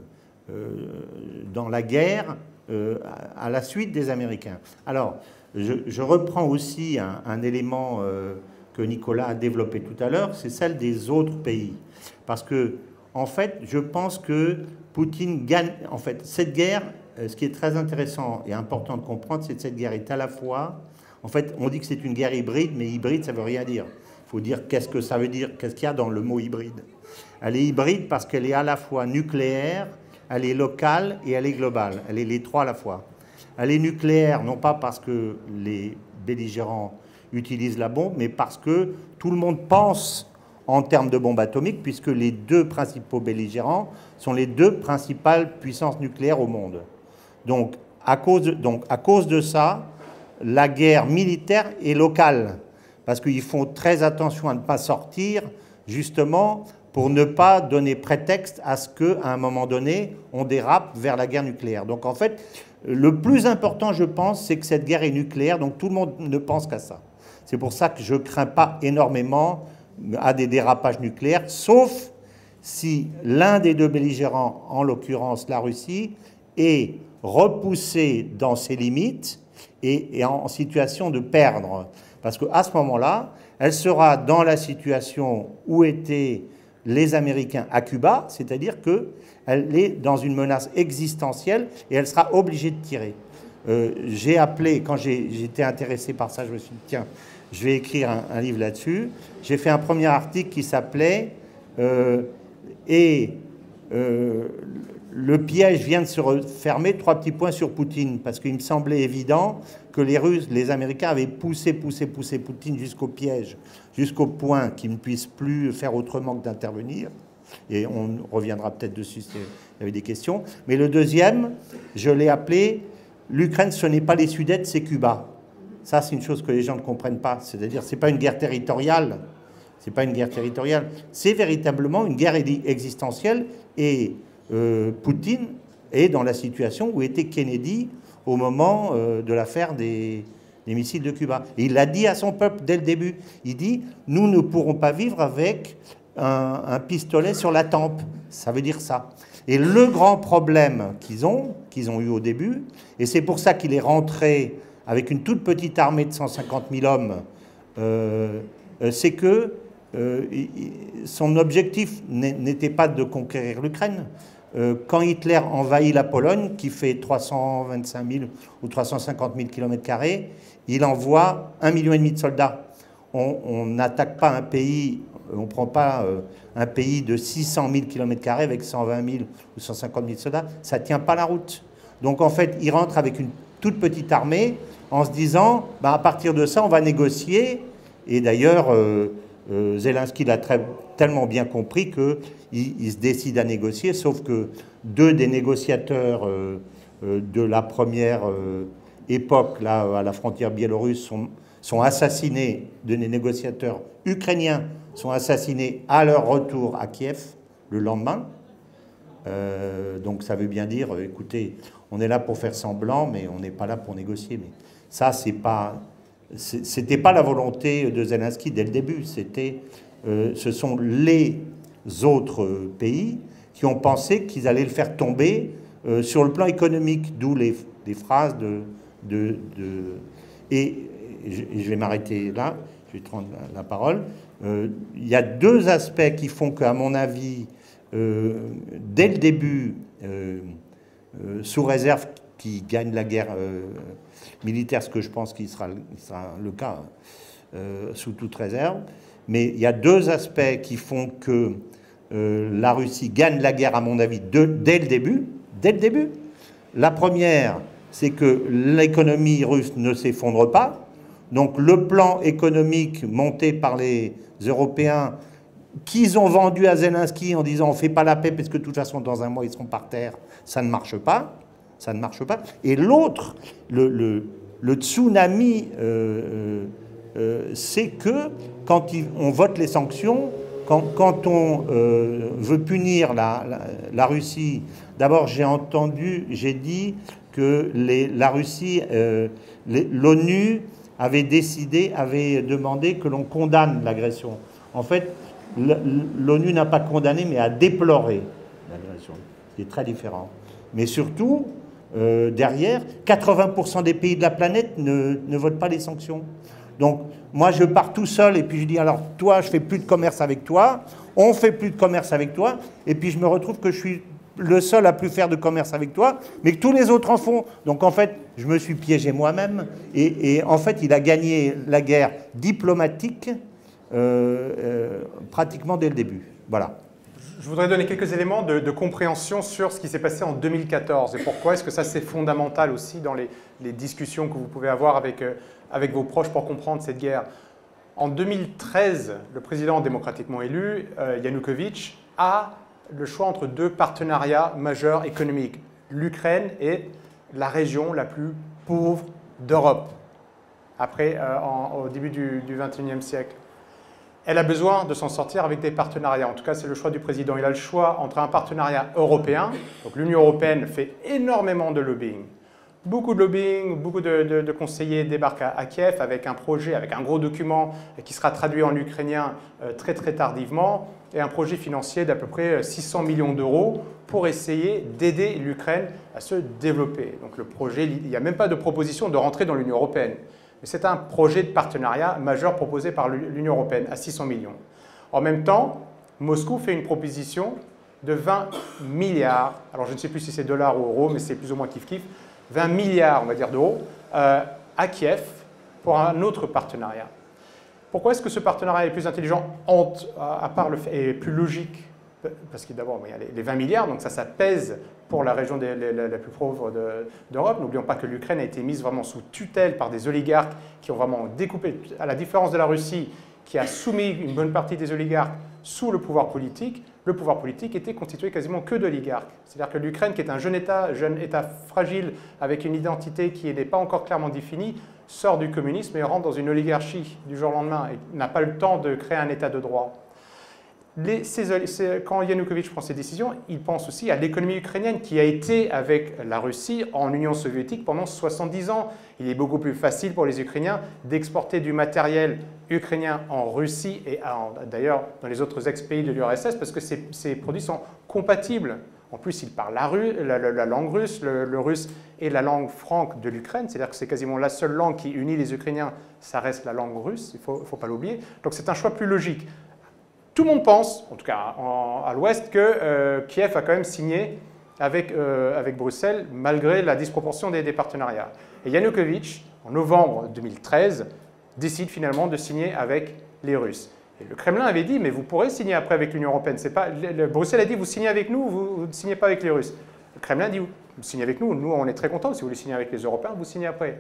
Euh, dans la guerre euh, à la suite des Américains. Alors, je, je reprends aussi un, un élément euh, que Nicolas a développé tout à l'heure, c'est celle des autres pays. Parce que, en fait, je pense que Poutine gagne... En fait, cette guerre, euh, ce qui est très intéressant et important de comprendre, c'est que cette guerre est à la fois... En fait, on dit que c'est une guerre hybride, mais hybride, ça ne veut rien dire. Il faut dire qu'est-ce que ça veut dire, qu'est-ce qu'il y a dans le mot hybride. Elle est hybride parce qu'elle est à la fois nucléaire, elle est locale et elle est globale. Elle est les trois à la fois. Elle est nucléaire, non pas parce que les belligérants utilisent la bombe, mais parce que tout le monde pense en termes de bombe atomique, puisque les deux principaux belligérants sont les deux principales puissances nucléaires au monde. Donc, à cause de, donc, à cause de ça, la guerre militaire est locale, parce qu'ils font très attention à ne pas sortir, justement, pour ne pas donner prétexte à ce qu'à un moment donné, on dérape vers la guerre nucléaire. Donc en fait, le plus important, je pense, c'est que cette guerre est nucléaire, donc tout le monde ne pense qu'à ça. C'est pour ça que je ne crains pas énormément à des dérapages nucléaires, sauf si l'un des deux belligérants, en l'occurrence la Russie, est repoussé dans ses limites et est en situation de perdre. Parce qu'à ce moment-là, elle sera dans la situation où étaient les Américains à Cuba, c'est-à-dire qu'elle est dans une menace existentielle et elle sera obligée de tirer. Euh, j'ai appelé, quand j'étais intéressé par ça, je me suis dit, tiens, je vais écrire un, un livre là-dessus. J'ai fait un premier article qui s'appelait euh, « Et euh, le piège vient de se refermer, trois petits points sur Poutine », parce qu'il me semblait évident que les Russes, les Américains avaient poussé, poussé, poussé Poutine jusqu'au piège, jusqu'au point qu'il ne puisse plus faire autrement que d'intervenir. Et on reviendra peut-être dessus s'il y avait des questions. Mais le deuxième, je l'ai appelé « L'Ukraine, ce n'est pas les Sudètes, c'est Cuba ». Ça, c'est une chose que les gens ne comprennent pas. C'est-à-dire, ce n'est pas une guerre territoriale. C'est pas une guerre territoriale. C'est véritablement une guerre existentielle. Et euh, Poutine est dans la situation où était Kennedy au moment euh, de l'affaire des, des missiles de Cuba. Et il l'a dit à son peuple dès le début. Il dit « Nous ne pourrons pas vivre avec un, un pistolet sur la tempe ». Ça veut dire ça. Et le grand problème qu'ils ont, qu'ils ont eu au début, et c'est pour ça qu'il est rentré avec une toute petite armée de cent cinquante mille hommes, euh, c'est que euh, son objectif n'était pas de conquérir l'Ukraine. Euh, quand Hitler envahit la Pologne, qui fait trois cent vingt-cinq mille ou trois cent cinquante mille kilomètres carrés, il envoie un million et demi de soldats. On n'attaque pas un pays, on ne prend pas euh, un pays de six cent mille kilomètres carrés avec cent vingt mille ou cent cinquante mille soldats, ça ne tient pas la route. Donc en fait, il rentre avec une toute petite armée en se disant, bah, à partir de ça, on va négocier. Et d'ailleurs, euh, euh, Zelensky l'a tellement bien compris qu'il il se décide à négocier, sauf que deux des négociateurs euh, euh, de la première euh, époque, là, à la frontière biélorusse, sont, sont assassinés, deux des négociateurs ukrainiens sont assassinés à leur retour à Kiev le lendemain. Euh, donc ça veut bien dire, écoutez, on est là pour faire semblant, mais on n'est pas là pour négocier. Mais ça, c'est pas, c'était pas la volonté de Zelensky dès le début. C'était, euh, ce sont les autres pays qui ont pensé qu'ils allaient le faire tomber euh, sur le plan économique, d'où les, les phrases de, de, de... Et je, je vais m'arrêter là, je vais te rendre la, la parole. Euh, il y a deux aspects qui font qu'à mon avis, euh, dès le début, euh, euh, sous réserve qu'il gagne la guerre euh, militaire, ce que je pense qu'il sera, sera le cas, euh, sous toute réserve, mais il y a deux aspects qui font que euh, la Russie gagne la guerre, à mon avis, de, dès le début. Dès le début. La première, c'est que l'économie russe ne s'effondre pas. Donc le plan économique monté par les Européens, qu'ils ont vendu à Zelensky en disant on ne fait pas la paix parce que de toute façon dans un mois ils seront par terre, ça ne marche pas. Ça ne marche pas. Et l'autre, le, le, le tsunami, euh, euh, c'est que quand il, on vote les sanctions, quand, quand on euh, veut punir la, la, la Russie, d'abord j'ai entendu, j'ai dit que les, la Russie, euh, l'ONU avait décidé, avait demandé que l'on condamne l'agression. En fait, l'ONU n'a pas condamné, mais a déploré l'agression. C'est très différent. Mais surtout, euh, derrière, quatre-vingts pour cent des pays de la planète ne, ne votent pas les sanctions. Donc, moi, je pars tout seul et puis je dis, alors, toi, je fais plus de commerce avec toi, on fait plus de commerce avec toi, et puis je me retrouve que je suis le seul à plus faire de commerce avec toi, mais que tous les autres en font. Donc, en fait, je me suis piégé moi-même, et, et en fait, il a gagné la guerre diplomatique euh, euh, pratiquement dès le début. Voilà. Je voudrais donner quelques éléments de, de compréhension sur ce qui s'est passé en deux mille quatorze et pourquoi est-ce que ça c'est fondamental aussi dans les, les discussions que vous pouvez avoir avec, euh, avec vos proches pour comprendre cette guerre. En deux mille treize, le président démocratiquement élu, euh, Yanukovych, a le choix entre deux partenariats majeurs économiques. L'Ukraine est la région la plus pauvre d'Europe, après, euh, en, au début du, du vingt et unième siècle. Elle a besoin de s'en sortir avec des partenariats. En tout cas, c'est le choix du président. Il a le choix entre un partenariat européen. Donc l'Union européenne fait énormément de lobbying. Beaucoup de lobbying, beaucoup de, de, de conseillers débarquent à, à Kiev avec un projet, avec un gros document qui sera traduit en ukrainien euh, très très tardivement, et un projet financier d'à peu près six cents millions d'euros pour essayer d'aider l'Ukraine à se développer. Donc le projet, il n'y a même pas de proposition de rentrer dans l'Union européenne. Mais c'est un projet de partenariat majeur proposé par l'Union européenne à six cents millions. En même temps, Moscou fait une proposition de vingt milliards, alors je ne sais plus si c'est dollars ou euros, mais c'est plus ou moins kiff-kiff, vingt milliards, on va dire, d'euros, euh, à Kiev pour un autre partenariat. Pourquoi est-ce que ce partenariat est plus intelligent, à part le fait, et plus logique? Parce que d'abord, il y a les vingt milliards, donc ça, ça pèse pour la région des, les, la plus pauvre d'Europe. N'oublions pas que l'Ukraine a été mise vraiment sous tutelle par des oligarques qui ont vraiment découpé, à la différence de la Russie, qui a soumis une bonne partie des oligarques sous le pouvoir politique. le pouvoir politique était constitué quasiment que d'oligarques. C'est-à-dire que l'Ukraine, qui est un jeune État, jeune État fragile, avec une identité qui n'est pas encore clairement définie, sort du communisme et rentre dans une oligarchie du jour au lendemain et n'a pas le temps de créer un État de droit. Les, ces, ces, quand Yanukovych prend ses décisions, il pense aussi à l'économie ukrainienne qui a été avec la Russie en Union soviétique pendant soixante-dix ans. Il est beaucoup plus facile pour les Ukrainiens d'exporter du matériel ukrainien en Russie et d'ailleurs dans les autres ex-pays de l'U R S S parce que ces, ces produits sont compatibles. En plus, ils parlent la, la, la, la langue russe, le, le russe est la langue franque de l'Ukraine, c'est-à-dire que c'est quasiment la seule langue qui unit les Ukrainiens, ça reste la langue russe, il ne faut, faut pas l'oublier. Donc c'est un choix plus logique. Tout le monde pense, en tout cas en, à l'Ouest, que euh, Kiev a quand même signé avec, euh, avec Bruxelles, malgré la disproportion des, des partenariats. Et Yanukovych, en novembre deux mille treize, décide finalement de signer avec les Russes. Et le Kremlin avait dit, mais vous pourrez signer après avec l'Union européenne. C'est pas, le, le, Bruxelles a dit, vous signez avec nous, vous, vous ne signez pas avec les Russes. Le Kremlin dit, vous signez avec nous, nous on est très contents, si vous voulez signer avec les Européens, vous signez après.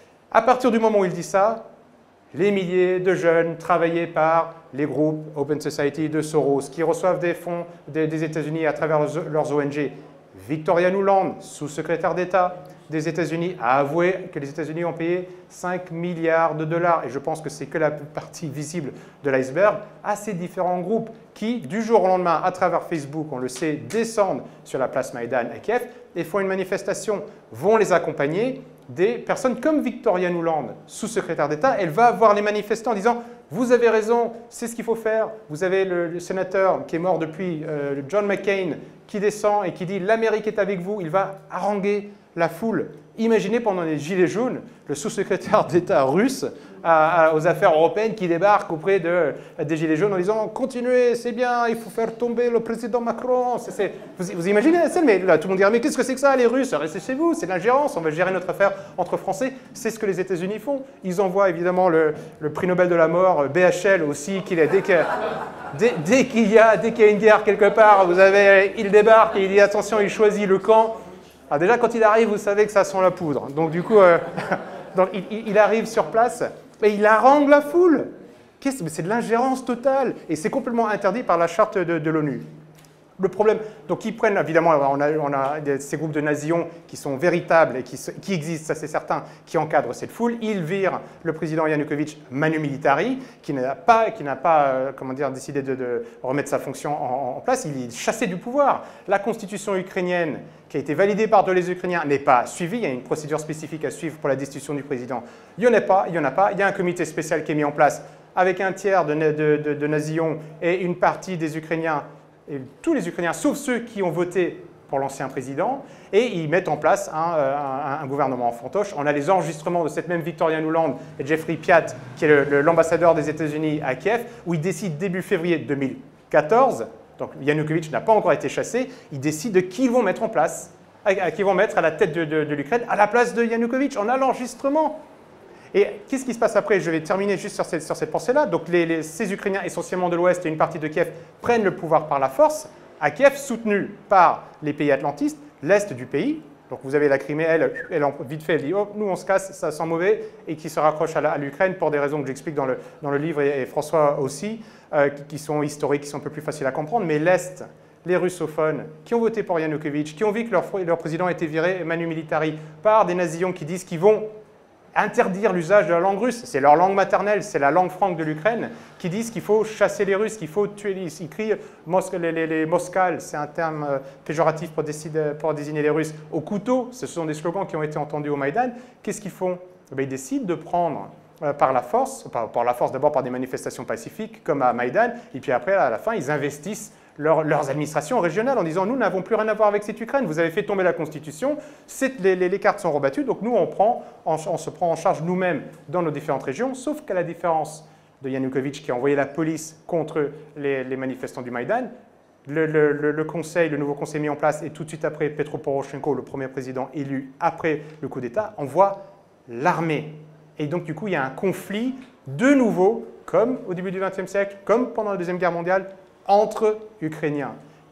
À partir du moment où il dit ça, les milliers de jeunes travaillés par les groupes Open Society de Soros, qui reçoivent des fonds des, des États-Unis à travers leurs, leurs O N G. Victoria Nuland, sous-secrétaire d'État des États-Unis, a avoué que les États-Unis ont payé cinq milliards de dollars, et je pense que c'est que la partie visible de l'iceberg, à ces différents groupes qui, du jour au lendemain, à travers Facebook, on le sait, descendent sur la place Maïdan à Kiev et font une manifestation, vont les accompagner des personnes comme Victoria Nuland, sous-secrétaire d'État. Elle va voir les manifestants en disant « Vous avez raison, c'est ce qu'il faut faire. » Vous avez le, le sénateur qui est mort depuis, euh, John McCain, qui descend et qui dit « L'Amérique est avec vous. » Il va haranguer la foule. Imaginez pendant les Gilets jaunes, le sous-secrétaire d'État russe à, à, aux affaires européennes qui débarque auprès de, des Gilets jaunes en disant « Continuez, c'est bien, il faut faire tomber le président Macron. » vous, vous imaginez la scène, mais là tout le monde dirait « Mais qu'est-ce que c'est que ça les Russes? Restez chez vous, c'est de l'ingérence, on va gérer notre affaire entre Français. » C'est ce que les États-Unis font. Ils envoient évidemment le, le prix Nobel de la mort, B H L aussi, qu'il est, dès que... Dès, dès qu'il y, y a une guerre quelque part, vous avez, il débarque et il dit « Attention, il choisit le camp. » Alors déjà, quand il arrive, vous savez que ça sent la poudre. Donc du coup, euh, donc, il, il arrive sur place et il harangue la foule. C'est de l'ingérence totale et c'est complètement interdit par la charte de, de l'ONU. Le problème, donc ils prennent, évidemment, on a, on a ces groupes de nazions qui sont véritables et qui, qui existent, ça c'est certain, qui encadrent cette foule. Ils virent le président Yanukovych manu militari, qui n'a pas, qui n'a pas euh, comment dire, décidé de, de remettre sa fonction en, en place. Il est chassé du pouvoir. La constitution ukrainienne, qui a été validée par tous les Ukrainiens, n'est pas suivie. Il y a une procédure spécifique à suivre pour la destitution du président. Il n'y en a pas, il n'y en a pas. Il y a un comité spécial qui est mis en place avec un tiers de, de, de, de nazions et une partie des Ukrainiens, et tous les Ukrainiens, sauf ceux qui ont voté pour l'ancien président, et ils mettent en place un, un, un gouvernement en fantoche. On a les enregistrements de cette même Victoria Nuland et Jeffrey Piat, qui est l'ambassadeur des États-Unis à Kiev, où ils décident début février deux mille quatorze, donc Yanukovych n'a pas encore été chassé, ils décident de qui ils vont mettre en place, à, à qui ils vont mettre à la tête de, de, de l'Ukraine, à la place de Yanukovych. On a l'enregistrement. Et qu'est-ce qui se passe après? Je vais terminer juste sur cette, sur cette pensée-là. Donc les, les, ces Ukrainiens, essentiellement de l'Ouest et une partie de Kiev, prennent le pouvoir par la force. À Kiev, soutenu par les pays atlantistes, l'Est du pays. Donc vous avez la Crimée, elle, elle vite fait, elle dit oh, « nous on se casse, ça sent mauvais » et qui se raccroche à l'Ukraine pour des raisons que j'explique dans le, dans le livre et, et François aussi, euh, qui, qui sont historiques, qui sont un peu plus faciles à comprendre. Mais l'Est, les russophones, qui ont voté pour Yanukovych, qui ont vu que leur, leur président était viré manu militari par des nazions qui disent qu'ils vont interdire l'usage de la langue russe, c'est leur langue maternelle, c'est la langue franque de l'Ukraine, qui disent qu'il faut chasser les Russes, qu'il faut tuer les... Ils crient les, les, les Moskals, c'est un terme péjoratif pour, décider, pour désigner les Russes, au couteau, ce sont des slogans qui ont été entendus au Maïdan. Qu'est-ce qu'ils font? Ils décident de prendre euh, par la force, par, par la force d'abord par des manifestations pacifiques, comme à Maïdan, et puis après, à la fin, ils investissent Leur, leurs administrations régionales en disant « Nous n'avons plus rien à voir avec cette Ukraine, vous avez fait tomber la Constitution, les, les, les cartes sont rebattues, donc nous, on, prend, on, on se prend en charge nous-mêmes dans nos différentes régions, sauf qu'à la différence de Yanukovych qui a envoyé la police contre les, les manifestants du Maïdan, le, le, le, le conseil, le nouveau conseil mis en place, et tout de suite après, Petro Poroshenko, le premier président élu après le coup d'État, envoie l'armée. Et donc, du coup, il y a un conflit de nouveau, comme au début du vingtième siècle, comme pendant la Deuxième Guerre mondiale, entre Ukrainiens.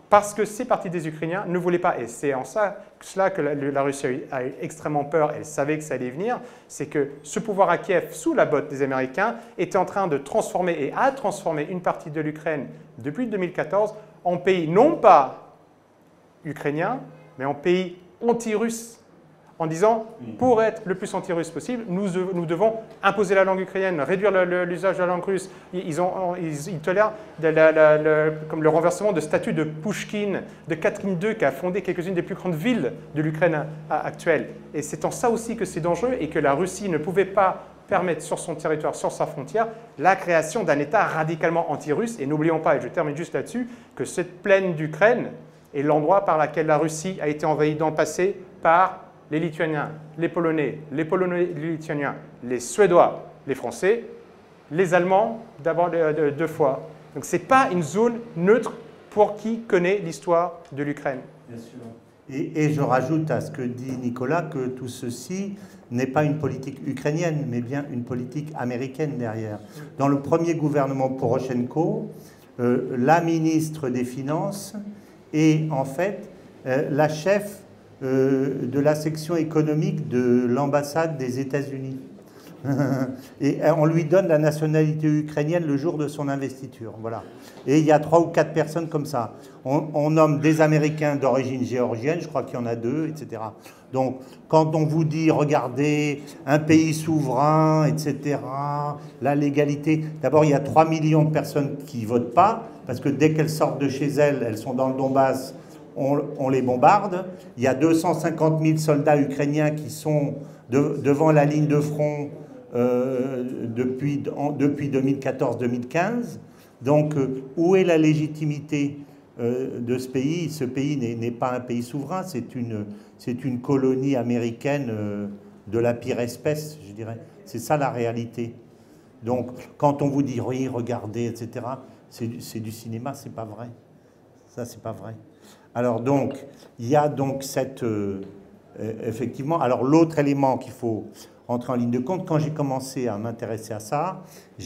parce que ces parties des Ukrainiens ne voulaient pas, et c'est en ça, cela que la, la Russie a eu, a eu extrêmement peur, elle savait que ça allait venir, c'est que ce pouvoir à Kiev, sous la botte des Américains, était en train de transformer et a transformé une partie de l'Ukraine depuis deux mille quatorze en pays non pas ukrainien, mais en pays anti-russe, en disant, pour être le plus anti-russe possible, nous, nous devons imposer la langue ukrainienne, réduire l'usage de la langue russe. Ils, ont, ils, ils tolèrent la, la, la, comme le renversement de statut de Pouchkine, de Catherine deux, qui a fondé quelques-unes des plus grandes villes de l'Ukraine actuelle. Et c'est en ça aussi que c'est dangereux et que la Russie ne pouvait pas permettre sur son territoire, sur sa frontière, la création d'un État radicalement anti-russe. Et n'oublions pas, et je termine juste là-dessus, que cette plaine d'Ukraine est l'endroit par lequel la Russie a été envahie dans le passé par les Lituaniens, les Polonais, les Polonais, les Lituaniens, les Suédois, les Français, les Allemands, d'abord deux fois. Donc ce n'est pas une zone neutre pour qui connaît l'histoire de l'Ukraine. Bien sûr. Et, et je rajoute à ce que dit Nicolas que tout ceci n'est pas une politique ukrainienne, mais bien une politique américaine derrière. Dans le premier gouvernement Poroshenko, euh, la ministre des Finances est en fait euh, la chef Euh, de la section économique de l'ambassade des États-Unis. Et on lui donne la nationalité ukrainienne le jour de son investiture. Voilà. Et il y a trois ou quatre personnes comme ça. On, on nomme des Américains d'origine géorgienne, je crois qu'il y en a deux, et cetera. Donc, quand on vous dit, regardez, un pays souverain, et cetera, la légalité... D'abord, il y a trois millions de personnes qui ne votent pas, parce que dès qu'elles sortent de chez elles, elles sont dans le Donbass, On, on les bombarde. Il y a deux cent cinquante mille soldats ukrainiens qui sont de, devant la ligne de front euh, depuis, en, depuis deux mille quatorze deux mille quinze. Donc, euh, où est la légitimité euh, de ce pays? Ce pays n'est pas un pays souverain, c'est une, c'est une colonie américaine euh, de la pire espèce, je dirais. C'est ça la réalité. Donc, quand on vous dit, oui, regardez, et cetera, c'est du cinéma, c'est pas vrai. Ça, c'est pas vrai. Alors donc, il y a donc cette... Euh, effectivement, alors l'autre élément qu'il faut rentrer en ligne de compte, quand j'ai commencé à m'intéresser à ça,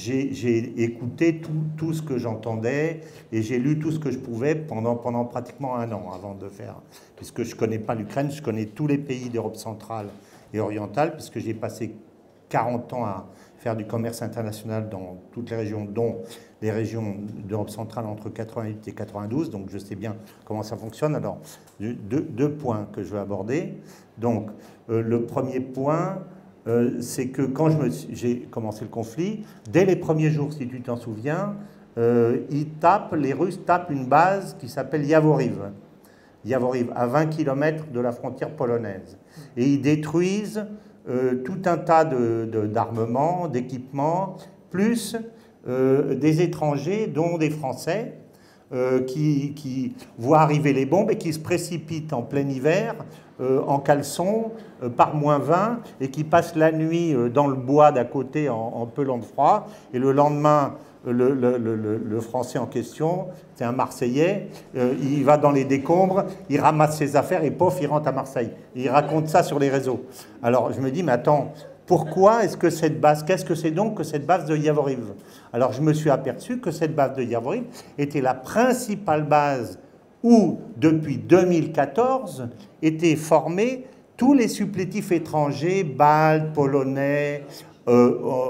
j'ai écouté tout, tout ce que j'entendais et j'ai lu tout ce que je pouvais pendant, pendant pratiquement un an avant de faire... Puisque je ne connais pas l'Ukraine, je connais tous les pays d'Europe centrale et orientale, puisque j'ai passé quarante ans à faire du commerce international dans toutes les régions, dont les régions d'Europe centrale entre quatre-vingt-huit et quatre-vingt-douze, donc je sais bien comment ça fonctionne. Alors, deux, deux points que je veux aborder. Donc, euh, le premier point, euh, c'est que quand j'ai commencé le conflit, dès les premiers jours, si tu t'en souviens, euh, ils tapent, les Russes tapent une base qui s'appelle Yavoriv. Yavoriv, à vingt kilomètres de la frontière polonaise. Et ils détruisent euh, tout un tas d'armements, de, de, d'équipements, plus euh, des étrangers, dont des Français, euh, qui, qui voient arriver les bombes et qui se précipitent en plein hiver, euh, en caleçon, euh, par moins vingt, et qui passent la nuit euh, dans le bois d'à côté en, en pelant de froid, et le lendemain... Le, le, le, le Français en question, c'est un Marseillais, euh, il va dans les décombres, il ramasse ses affaires et pof, il rentre à Marseille. Et il raconte ça sur les réseaux. Alors je me dis, mais attends, pourquoi est-ce que cette base, qu'est-ce que c'est donc que cette base de Yavoriv? Alors je me suis aperçu que cette base de Yavoriv était la principale base où, depuis deux mille quatorze, étaient formés tous les supplétifs étrangers, baltes, polonais, euh, euh,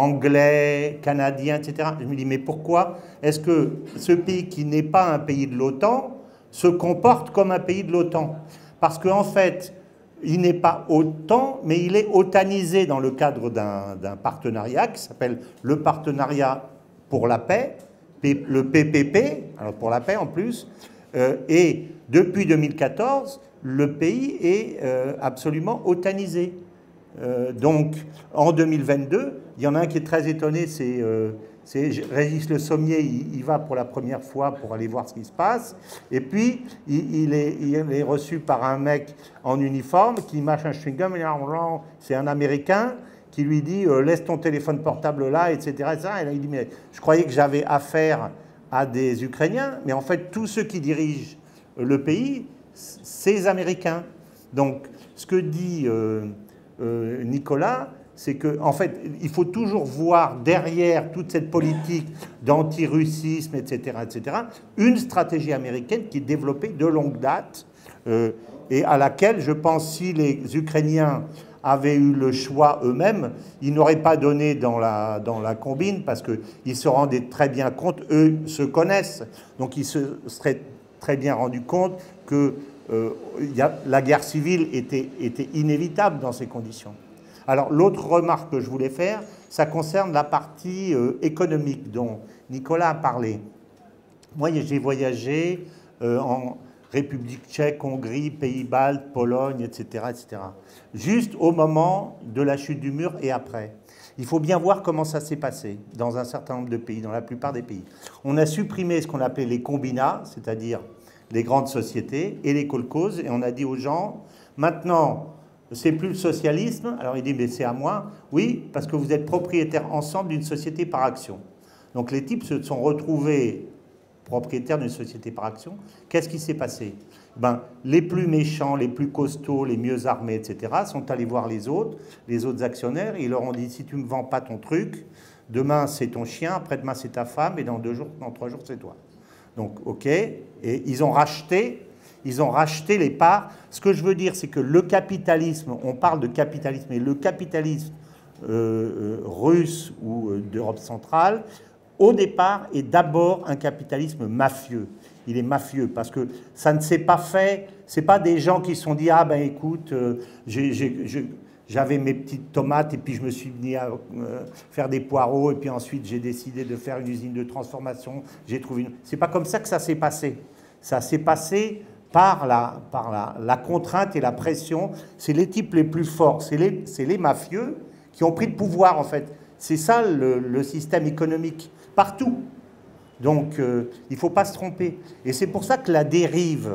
anglais, canadiens, et cetera. Je me dis, mais pourquoi est-ce que ce pays qui n'est pas un pays de l'OTAN se comporte comme un pays de l'OTAN? Parce qu'en fait, il n'est pas OTAN, mais il est otanisé dans le cadre d'un partenariat qui s'appelle le Partenariat pour la paix, le P P P, alors pour la paix en plus, euh, et depuis deux mille quatorze, le pays est euh, absolument otanisé. Euh, donc, en deux mille vingt-deux, il y en a un qui est très étonné, c'est euh, Régis Le Sommier, il, il va pour la première fois pour aller voir ce qui se passe, et puis il, il, est, il est reçu par un mec en uniforme qui mâche un chewing-gum, c'est un Américain qui lui dit euh, « laisse ton téléphone portable là », et cetera, et cetera. Et là, il dit « mais je croyais que j'avais affaire à des Ukrainiens, mais en fait, tous ceux qui dirigent le pays, c'est les Américains. » Donc, ce que dit... Euh, Euh, Nicolas, c'est que, en fait, il faut toujours voir derrière toute cette politique d'anti-russisme, et cetera, et cetera, une stratégie américaine qui est développée de longue date euh, et à laquelle, je pense, si les Ukrainiens avaient eu le choix eux-mêmes, ils n'auraient pas donné dans la, dans la combine parce qu'ils se rendaient très bien compte, eux se connaissent, donc ils se seraient très bien rendus compte que euh, y a, la guerre civile était, était inévitable dans ces conditions. Alors, l'autre remarque que je voulais faire, ça concerne la partie euh, économique dont Nicolas a parlé. Moi, j'ai voyagé euh, en République tchèque, Hongrie, Pays-Baltes, Pologne, et cetera, et cetera. Juste au moment de la chute du mur et après. Il faut bien voir comment ça s'est passé dans un certain nombre de pays, dans la plupart des pays. On a supprimé ce qu'on appelait les combinats, c'est-à-dire les grandes sociétés, et les kolkhozes, et on a dit aux gens, maintenant, c'est plus le socialisme. Alors il dit, mais c'est à moi. Oui, parce que vous êtes propriétaires ensemble d'une société par action. Donc les types se sont retrouvés propriétaires d'une société par action. Qu'est-ce qui s'est passé? Ben, les plus méchants, les plus costauds, les mieux armés, et cetera, sont allés voir les autres, les autres actionnaires, et ils leur ont dit, si tu ne me vends pas ton truc, demain c'est ton chien, après-demain c'est ta femme, et dans deux jours, dans trois jours c'est toi. Donc, ok, et ils ont racheté Ils ont racheté les parts. Ce que je veux dire, c'est que le capitalisme, on parle de capitalisme, et le capitalisme euh, russe ou euh, d'Europe centrale, au départ, est d'abord un capitalisme mafieux. Il est mafieux parce que ça ne s'est pas fait. Ce n'est pas des gens qui se sont dit « Ah ben écoute, euh, j'avais mes petites tomates et puis je me suis mis à euh, faire des poireaux et puis ensuite j'ai décidé de faire une usine de transformation. J'ai trouvé une... » C'est pas comme ça que ça s'est passé. Ça s'est passé par la, par la, la contrainte et la pression. C'est les types les plus forts, c'est les, les mafieux qui ont pris le pouvoir, en fait. C'est ça, le, le système économique, partout. Donc, euh, il ne faut pas se tromper. Et c'est pour ça que la dérive,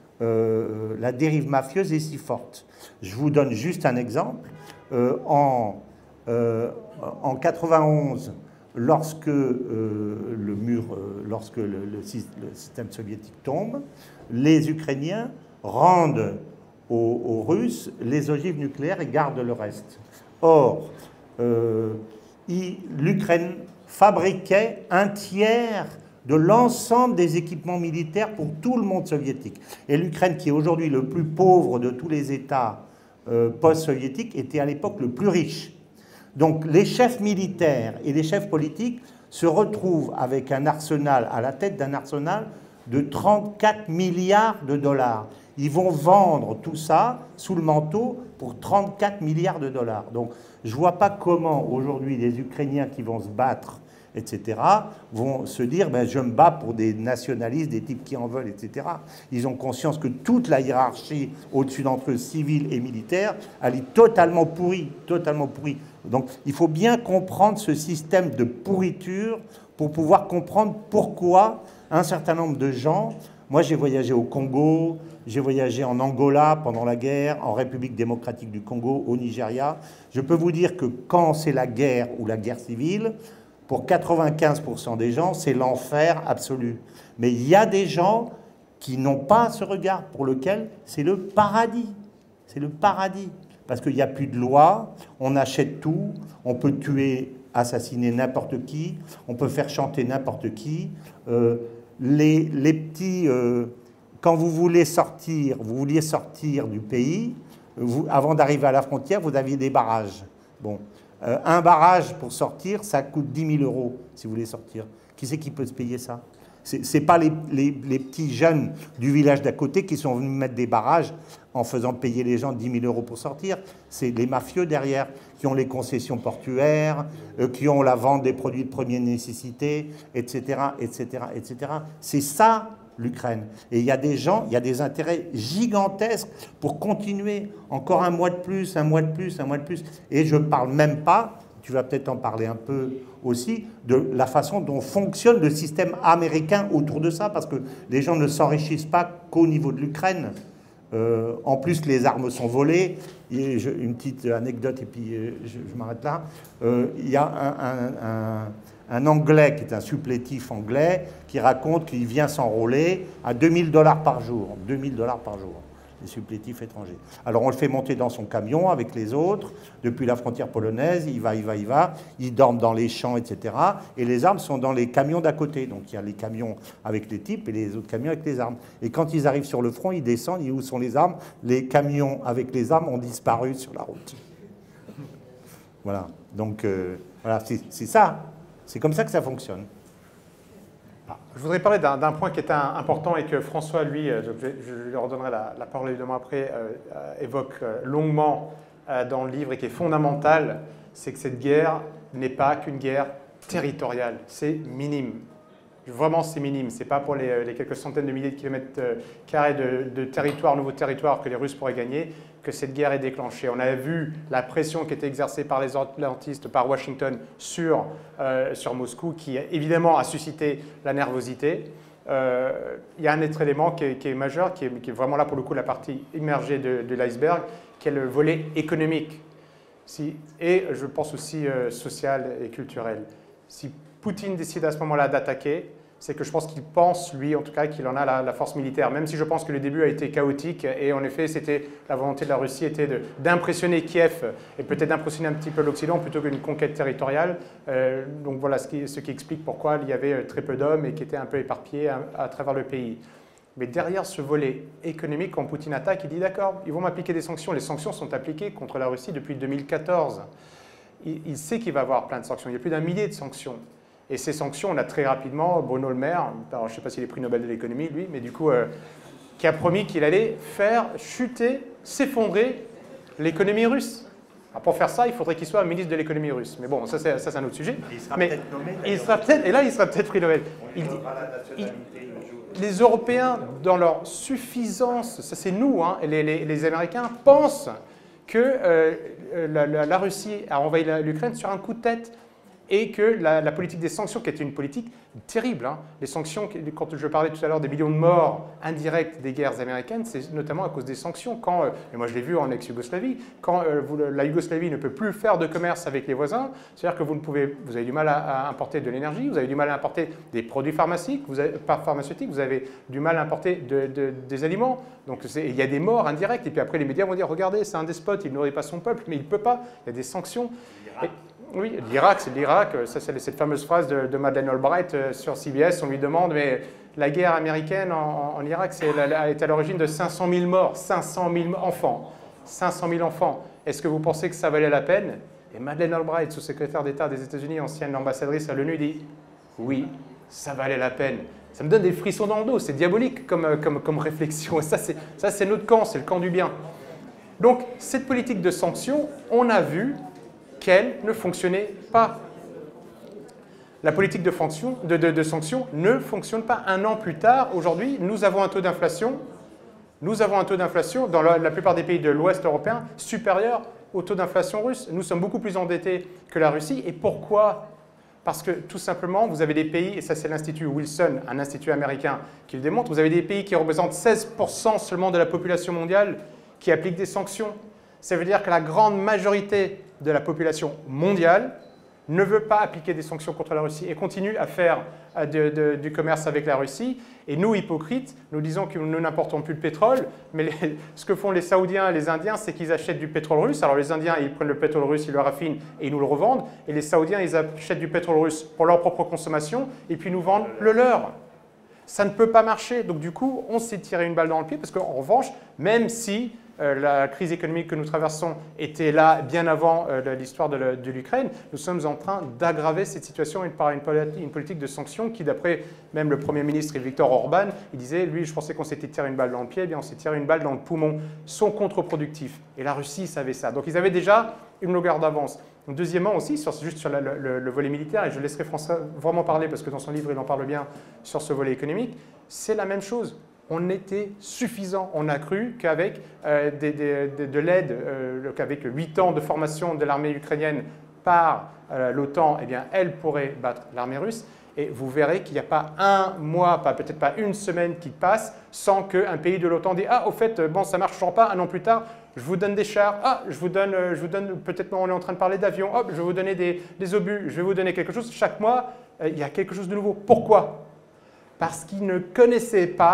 euh, la dérive mafieuse est si forte. Je vous donne juste un exemple. Euh, en, euh, en quatre-vingt-onze, lorsque, euh, le, mur, euh, lorsque le, le, le système soviétique tombe, les Ukrainiens rendent aux, aux Russes les ogives nucléaires et gardent le reste. Or, euh, l'Ukraine fabriquait un tiers de l'ensemble des équipements militaires pour tout le monde soviétique. Et l'Ukraine, qui est aujourd'hui le plus pauvre de tous les États euh, post-soviétiques, était à l'époque le plus riche. Donc les chefs militaires et les chefs politiques se retrouvent avec un arsenal, à la tête d'un arsenal de trente-quatre milliards de dollars. Ils vont vendre tout ça sous le manteau pour trente-quatre milliards de dollars. Donc je ne vois pas comment aujourd'hui les Ukrainiens qui vont se battre, et cetera, vont se dire ben, « je me bats pour des nationalistes, des types qui en veulent, et cetera » Ils ont conscience que toute la hiérarchie au-dessus d'entre eux, civile et militaire, elle est totalement pourrie, totalement pourrie. Donc il faut bien comprendre ce système de pourriture pour pouvoir comprendre pourquoi un certain nombre de gens... Moi, j'ai voyagé au Congo, j'ai voyagé en Angola pendant la guerre, en République démocratique du Congo, au Nigeria. Je peux vous dire que quand c'est la guerre ou la guerre civile, pour quatre-vingt-quinze pour cent des gens, c'est l'enfer absolu. Mais il y a des gens qui n'ont pas ce regard, pour lequel c'est le paradis. C'est le paradis. Parce qu'il n'y a plus de loi, on achète tout, on peut tuer, assassiner n'importe qui, on peut faire chanter n'importe qui. Euh, les, les petits... Euh, quand vous voulez sortir, vous vouliez sortir du pays, vous, avant d'arriver à la frontière, vous aviez des barrages. Bon. Euh, un barrage pour sortir, ça coûte dix mille euros si vous voulez sortir. Qui c'est qui peut se payer ça? Ce n'est pas les, les, les petits jeunes du village d'à côté qui sont venus mettre des barrages en faisant payer les gens dix mille euros pour sortir. C'est les mafieux derrière qui ont les concessions portuaires, euh, qui ont la vente des produits de première nécessité, et cetera, et cetera, et cetera. C'est ça l'Ukraine. Et il y a des gens, il y a des intérêts gigantesques pour continuer encore un mois de plus, un mois de plus, un mois de plus. Et je ne parle même pas, tu vas peut-être en parler un peu aussi, de la façon dont fonctionne le système américain autour de ça, parce que les gens ne s'enrichissent pas qu'au niveau de l'Ukraine. Euh, en plus, les armes sont volées. Et je, une petite anecdote, et puis euh, je, je m'arrête là. Euh, il y a un, un, un, un Anglais qui est un supplétif anglais qui raconte qu'il vient s'enrôler à deux mille dollars par jour. deux mille dollars par jour. des supplétifs étrangers. Alors on le fait monter dans son camion avec les autres, depuis la frontière polonaise, il va, il va, il va, ils dorment dans les champs, et cetera. Et les armes sont dans les camions d'à côté. Donc il y a les camions avec les types et les autres camions avec les armes. Et quand ils arrivent sur le front, ils descendent, et où sont les armes? Les camions avec les armes ont disparu sur la route. Voilà, donc euh, voilà, c'est ça, c'est comme ça que ça fonctionne. Je voudrais parler d'un point qui est un, important et que François, lui, je, je lui redonnerai la, la parole évidemment après, euh, euh, évoque euh, longuement euh, dans le livre et qui est fondamental, c'est que cette guerre n'est pas qu'une guerre territoriale, c'est minime. Vraiment, c'est minime. Ce n'est pas pour les, les quelques centaines de milliers de kilomètres euh, carrés de, de territoire, nouveaux territoires que les Russes pourraient gagner, que cette guerre est déclenchée. On a vu la pression qui était exercée par les atlantistes, par Washington sur, euh, sur Moscou, qui évidemment a suscité la nervosité. Euh, il y a un autre élément qui est, qui est majeur, qui est, qui est vraiment là pour le coup la partie immergée de, de l'iceberg, qui est le volet économique. Si, et je pense aussi euh, social et culturel. Si Poutine décide à ce moment-là d'attaquer, c'est que je pense qu'il pense, lui en tout cas, qu'il en a la, la force militaire, même si je pense que le début a été chaotique, et en effet, c'était la volonté de la Russie était d'impressionner Kiev, et peut-être d'impressionner un petit peu l'Occident, plutôt qu'une conquête territoriale. Euh, donc voilà ce qui, ce qui explique pourquoi il y avait très peu d'hommes, et qui étaient un peu éparpillés à, à travers le pays. Mais derrière ce volet économique, quand Poutine attaque, il dit d'accord, ils vont m'appliquer des sanctions. Les sanctions sont appliquées contre la Russie depuis deux mille quatorze. Il, il sait qu'il va y avoir plein de sanctions, il y a plus d'un millier de sanctions. Et ces sanctions, on a très rapidement Bruno Le Maire, alors je ne sais pas s'il est prix Nobel de l'économie, lui, mais du coup, euh, qui a promis qu'il allait faire chuter, s'effondrer l'économie russe. Alors pour faire ça, il faudrait qu'il soit ministre de l'économie russe. Mais bon, ça c'est un autre sujet. Il sera mais peut-être nommé. Il sera peut-être, et là, il sera peut-être prix Nobel. Il, il, les Européens, dans leur suffisance, ça c'est nous, hein, les, les, les Américains, pensent que euh, la, la, la Russie a envahi l'Ukraine sur un coup de tête. Et que la, la politique des sanctions, qui était une politique terrible, hein, les sanctions, quand je parlais tout à l'heure des millions de morts indirects des guerres américaines, c'est notamment à cause des sanctions. Quand, et moi je l'ai vu en ex-Yougoslavie, quand euh, vous, la Yougoslavie ne peut plus faire de commerce avec les voisins, c'est-à-dire que vous, ne pouvez, vous avez du mal à, à importer de l'énergie, vous avez du mal à importer des produits pharmaceutiques, vous avez, pas pharmaceutiques, vous avez du mal à importer de, de, des aliments. Donc il y a des morts indirectes, et puis après les médias vont dire, regardez, c'est un despote, il ne nourrit pas son peuple, mais il ne peut pas, il y a des sanctions. Et, oui, l'Irak, c'est l'Irak. Ça, c'est cette fameuse phrase de, de Madeleine Albright euh, sur C B S. On lui demande, mais la guerre américaine en, en Irak est à l'origine de cinq cent mille morts, cinq cent mille enfants. cinq cent mille enfants. Est-ce que vous pensez que ça valait la peine? Et Madeleine Albright, sous-secrétaire d'État des États-Unis, ancienne ambassadrice à l'ONU, dit oui, ça valait la peine. Ça me donne des frissons dans le dos. C'est diabolique comme, comme, comme réflexion. Et ça, c'est notre camp, c'est le camp du bien. Donc, cette politique de sanctions, on a vu qu'elle ne fonctionnait pas. La politique de, fonction, de, de, de sanctions ne fonctionne pas. Un an plus tard, aujourd'hui, nous avons un taux d'inflation, nous avons un taux d'inflation dans la, la plupart des pays de l'Ouest européen supérieur au taux d'inflation russe. Nous sommes beaucoup plus endettés que la Russie. Et pourquoi? Parce que tout simplement, vous avez des pays, et ça c'est l'Institut Wilson, un institut américain qui le démontre, vous avez des pays qui représentent seize pour cent seulement de la population mondiale qui appliquent des sanctions. Ça veut dire que la grande majorité de la population mondiale ne veut pas appliquer des sanctions contre la Russie et continue à faire de, de, du commerce avec la Russie. Et nous, hypocrites, nous disons que nous n'importons plus de pétrole, mais les, ce que font les Saoudiens et les Indiens, c'est qu'ils achètent du pétrole russe. Alors les Indiens, ils prennent le pétrole russe, ils le raffinent et ils nous le revendent. Et les Saoudiens, ils achètent du pétrole russe pour leur propre consommation et puis nous vendent le leur. Ça ne peut pas marcher. Donc du coup, on s'est tiré une balle dans le pied parce qu'en revanche, même si Euh, la crise économique que nous traversons était là bien avant euh, l'histoire de l'Ukraine, nous sommes en train d'aggraver cette situation par une, une politique de sanctions qui, d'après même le Premier ministre Viktor Orban, il disait, lui, je pensais qu'on s'était tiré une balle dans le pied, eh bien on s'est tiré une balle dans le poumon, sont contre-productifs. Et la Russie savait ça. Donc ils avaient déjà une longueur d'avance. Deuxièmement aussi, sur, juste sur la, le, le volet militaire, et je laisserai François vraiment parler parce que dans son livre il en parle bien sur ce volet économique, c'est la même chose. On était suffisant. On a cru qu'avec euh, de, de l'aide, euh, qu'avec huit ans de formation de l'armée ukrainienne par euh, l'OTAN, eh bien, elle pourrait battre l'armée russe. Et vous verrez qu'il n'y a pas un mois, peut-être pas une semaine qui passe sans qu'un pays de l'OTAN dise « Ah, au fait, bon, ça ne marche toujours pas, un an plus tard, je vous donne des chars. Ah, je vous donne, je vous donne peut-être on est en train de parler d'avions. Hop, je vais vous donner des, des obus. Je vais vous donner quelque chose. Chaque mois, euh, il y a quelque chose de nouveau. Pourquoi? Parce qu'ils ne connaissaient pas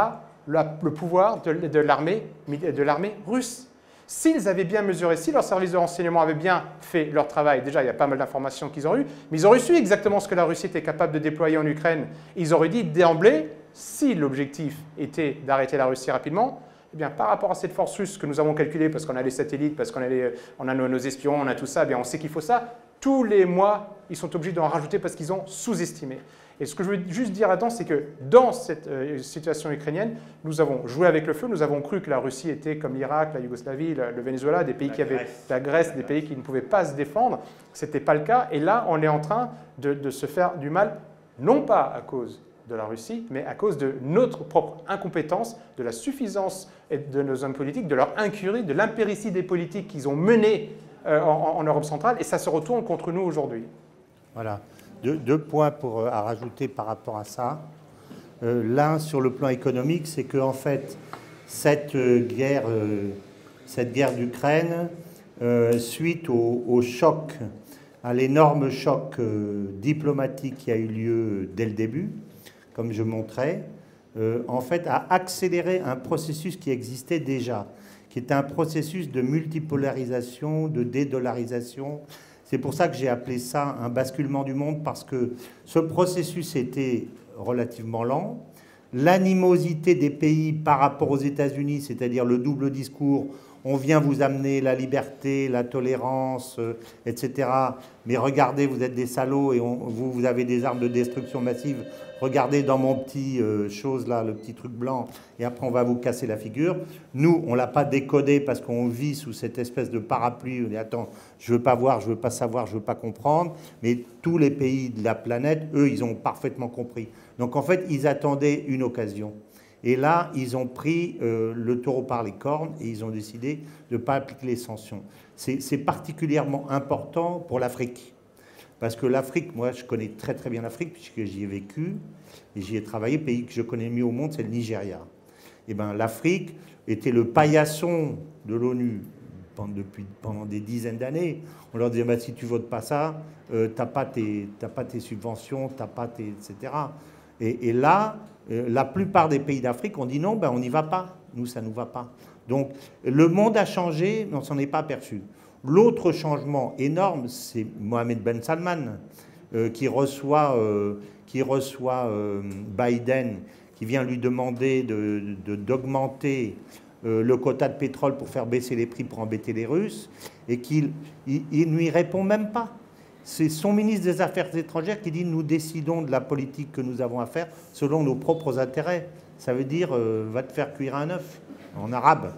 la, le pouvoir de, de l'armée de l'armée russe. S'ils avaient bien mesuré, si leurs services de renseignement avaient bien fait leur travail, déjà il y a pas mal d'informations qu'ils ont eues, mais ils auraient su exactement ce que la Russie était capable de déployer en Ukraine. Ils auraient dit d'emblée, si l'objectif était d'arrêter la Russie rapidement, eh bien, par rapport à cette force russe que nous avons calculée, parce qu'on a les satellites, parce qu'on a, les, on a nos, nos espions, on a tout ça, eh bien, on sait qu'il faut ça, tous les mois, ils sont obligés d'en rajouter parce qu'ils ont sous-estimé. Et ce que je veux juste dire là-dedans, c'est que dans cette euh, situation ukrainienne, nous avons joué avec le feu, nous avons cru que la Russie était comme l'Irak, la Yougoslavie, le, le Venezuela, des pays la qui avaient Grèce. la Grèce, des pays qui ne pouvaient pas se défendre. Ce n'était pas le cas. Et là, on est en train de, de se faire du mal, non pas à cause de la Russie, mais à cause de notre propre incompétence, de la suffisance de nos hommes politiques, de leur incurie, de l'impéritie des politiques qu'ils ont menées euh, en, en Europe centrale. Et ça se retourne contre nous aujourd'hui. Voilà. Deux, deux points pour, à rajouter par rapport à ça. Euh, L'un, sur le plan économique, c'est qu'en fait, cette euh, guerre, euh, cette guerre d'Ukraine, euh, suite au, au choc, à l'énorme choc euh, diplomatique qui a eu lieu dès le début, comme je montrais, euh, en fait, a accéléré un processus qui existait déjà, qui était un processus de multipolarisation, de dédollarisation. C'est pour ça que j'ai appelé ça un basculement du monde, parce que ce processus était relativement lent. L'animosité des pays par rapport aux États-Unis, c'est-à-dire le double discours, on vient vous amener la liberté, la tolérance, euh, et cetera. Mais regardez, vous êtes des salauds et on, vous, vous avez des armes de destruction massive. Regardez dans mon petit euh, chose là, le petit truc blanc, et après on va vous casser la figure. Nous, on ne l'a pas décodé parce qu'on vit sous cette espèce de parapluie. On dit, attends, je ne veux pas voir, je ne veux pas savoir, je ne veux pas comprendre. Mais tous les pays de la planète, eux, ils ont parfaitement compris. Donc en fait, ils attendaient une occasion. Et là, ils ont pris euh, le taureau par les cornes et ils ont décidé de ne pas appliquer les sanctions. C'est particulièrement important pour l'Afrique. Parce que l'Afrique, moi, je connais très très bien l'Afrique puisque j'y ai vécu et j'y ai travaillé. Le pays que je connais mieux au monde, c'est le Nigeria. Et bien, l'Afrique était le paillasson de l'ONU depuis pendant des dizaines d'années. On leur disait, bah, si tu votes pas ça, euh, t'as pas tes, t'as pas tes subventions, t'as pas tes, et cetera. Et, et là, euh, la plupart des pays d'Afrique ont dit non, ben, on n'y va pas. Nous, ça ne nous va pas. Donc, le monde a changé, mais on ne s'en est pas aperçu. L'autre changement énorme, c'est Mohamed Ben Salman, euh, qui reçoit, euh, qui reçoit euh, Biden, qui vient lui demander de, de, d'augmenter euh, le quota de pétrole pour faire baisser les prix pour embêter les Russes, et qu'il il, il ne lui répond même pas. C'est son ministre des Affaires étrangères qui dit « Nous décidons de la politique que nous avons à faire selon nos propres intérêts ». Ça veut dire euh, « Va te faire cuire un œuf » en arabe,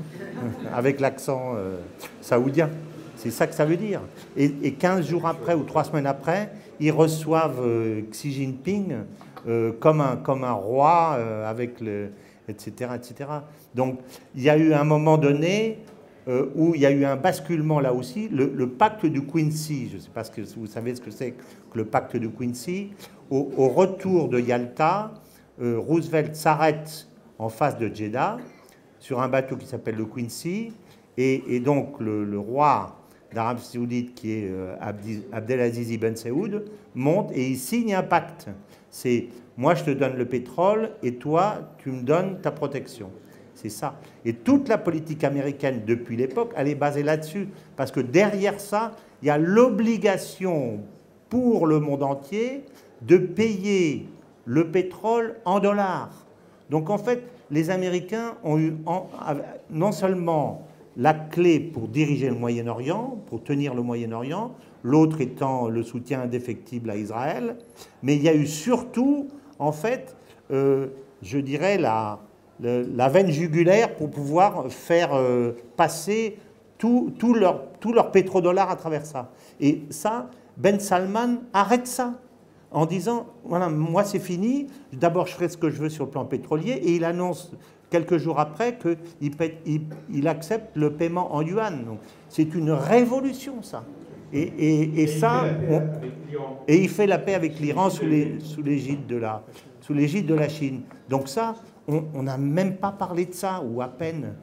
avec l'accent euh, saoudien. C'est ça que ça veut dire. Et, et quinze jours après ou trois semaines après, ils reçoivent euh, Xi Jinping euh, comme, un, comme un roi, euh, avec le, et cetera, et cetera. Donc il y a eu un moment donné euh, où il y a eu un basculement là aussi. Le, le pacte du Quincy, je ne sais pas si vous savez ce que c'est que le pacte du Quincy, au, au retour de Yalta, euh, Roosevelt s'arrête en face de Jeddah, sur un bateau qui s'appelle le Quincy, et, et donc le, le roi d'Arabie Saoudite, qui est euh, Abdelaziz Ibn Saoud, monte et il signe un pacte. C'est moi je te donne le pétrole et toi tu me donnes ta protection. C'est ça. Et toute la politique américaine depuis l'époque, elle est basée là-dessus, parce que derrière ça, il y a l'obligation pour le monde entier de payer le pétrole en dollars. Donc en fait, les Américains ont eu en, non seulement la clé pour diriger le Moyen-Orient, pour tenir le Moyen-Orient, l'autre étant le soutien indéfectible à Israël, mais il y a eu surtout, en fait, euh, je dirais, la, la, la veine jugulaire pour pouvoir faire euh, passer tout, tout, leur, tout leur pétrodollars à travers ça. Et ça, Ben Salman arrête ça, en disant, voilà, moi c'est fini, d'abord je ferai ce que je veux sur le plan pétrolier, et il annonce quelques jours après qu'il il, il accepte le paiement en yuan. Donc c'est une révolution, ça. Et, et, et, et ça, il on, et il fait la paix avec l'Iran sous l'égide de la, sous l'égide de la Chine. Donc ça, on n'a même pas parlé de ça, ou à peine.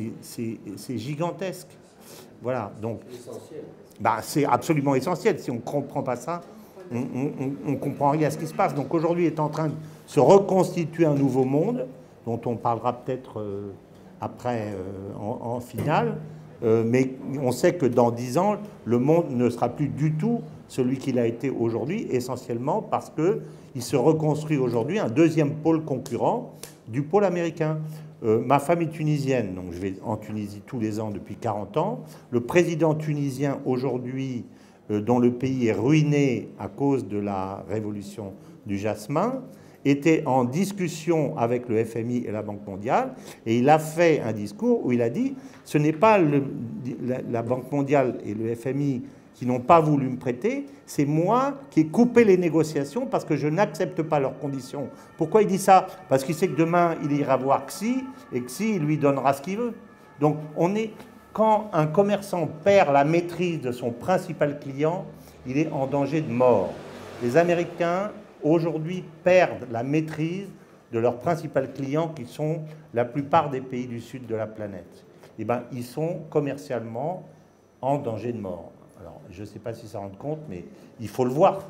C'est gigantesque. Voilà, donc bah, c'est absolument essentiel. Si on ne comprend pas ça, on ne comprend rien à ce qui se passe. Donc aujourd'hui est en train de se reconstituer un nouveau monde. dont on parlera peut-être euh, après euh, en, en finale. Euh, mais on sait que dans dix ans, le monde ne sera plus du tout celui qu'il a été aujourd'hui, essentiellement parce qu'il se reconstruit aujourd'hui un deuxième pôle concurrent du pôle américain. Euh, ma famille tunisienne, donc je vais en Tunisie tous les ans depuis quarante ans, le président tunisien aujourd'hui, euh, dont le pays est ruiné à cause de la révolution du jasmin, était en discussion avec le F M I et la Banque mondiale, et il a fait un discours où il a dit « ce n'est pas le, la, la Banque mondiale et le F M I qui n'ont pas voulu me prêter, c'est moi qui ai coupé les négociations parce que je n'accepte pas leurs conditions. » Pourquoi il dit ça? Parce qu'il sait que demain, il ira voir Xi, et Xi il lui donnera ce qu'il veut. Donc, on est, quand un commerçant perd la maîtrise de son principal client, il est en danger de mort. Les Américains, aujourd'hui, perdent la maîtrise de leurs principaux clients, qui sont la plupart des pays du sud de la planète. Eh bien, ils sont commercialement en danger de mort. Alors, je ne sais pas si ça rend compte, mais il faut le voir.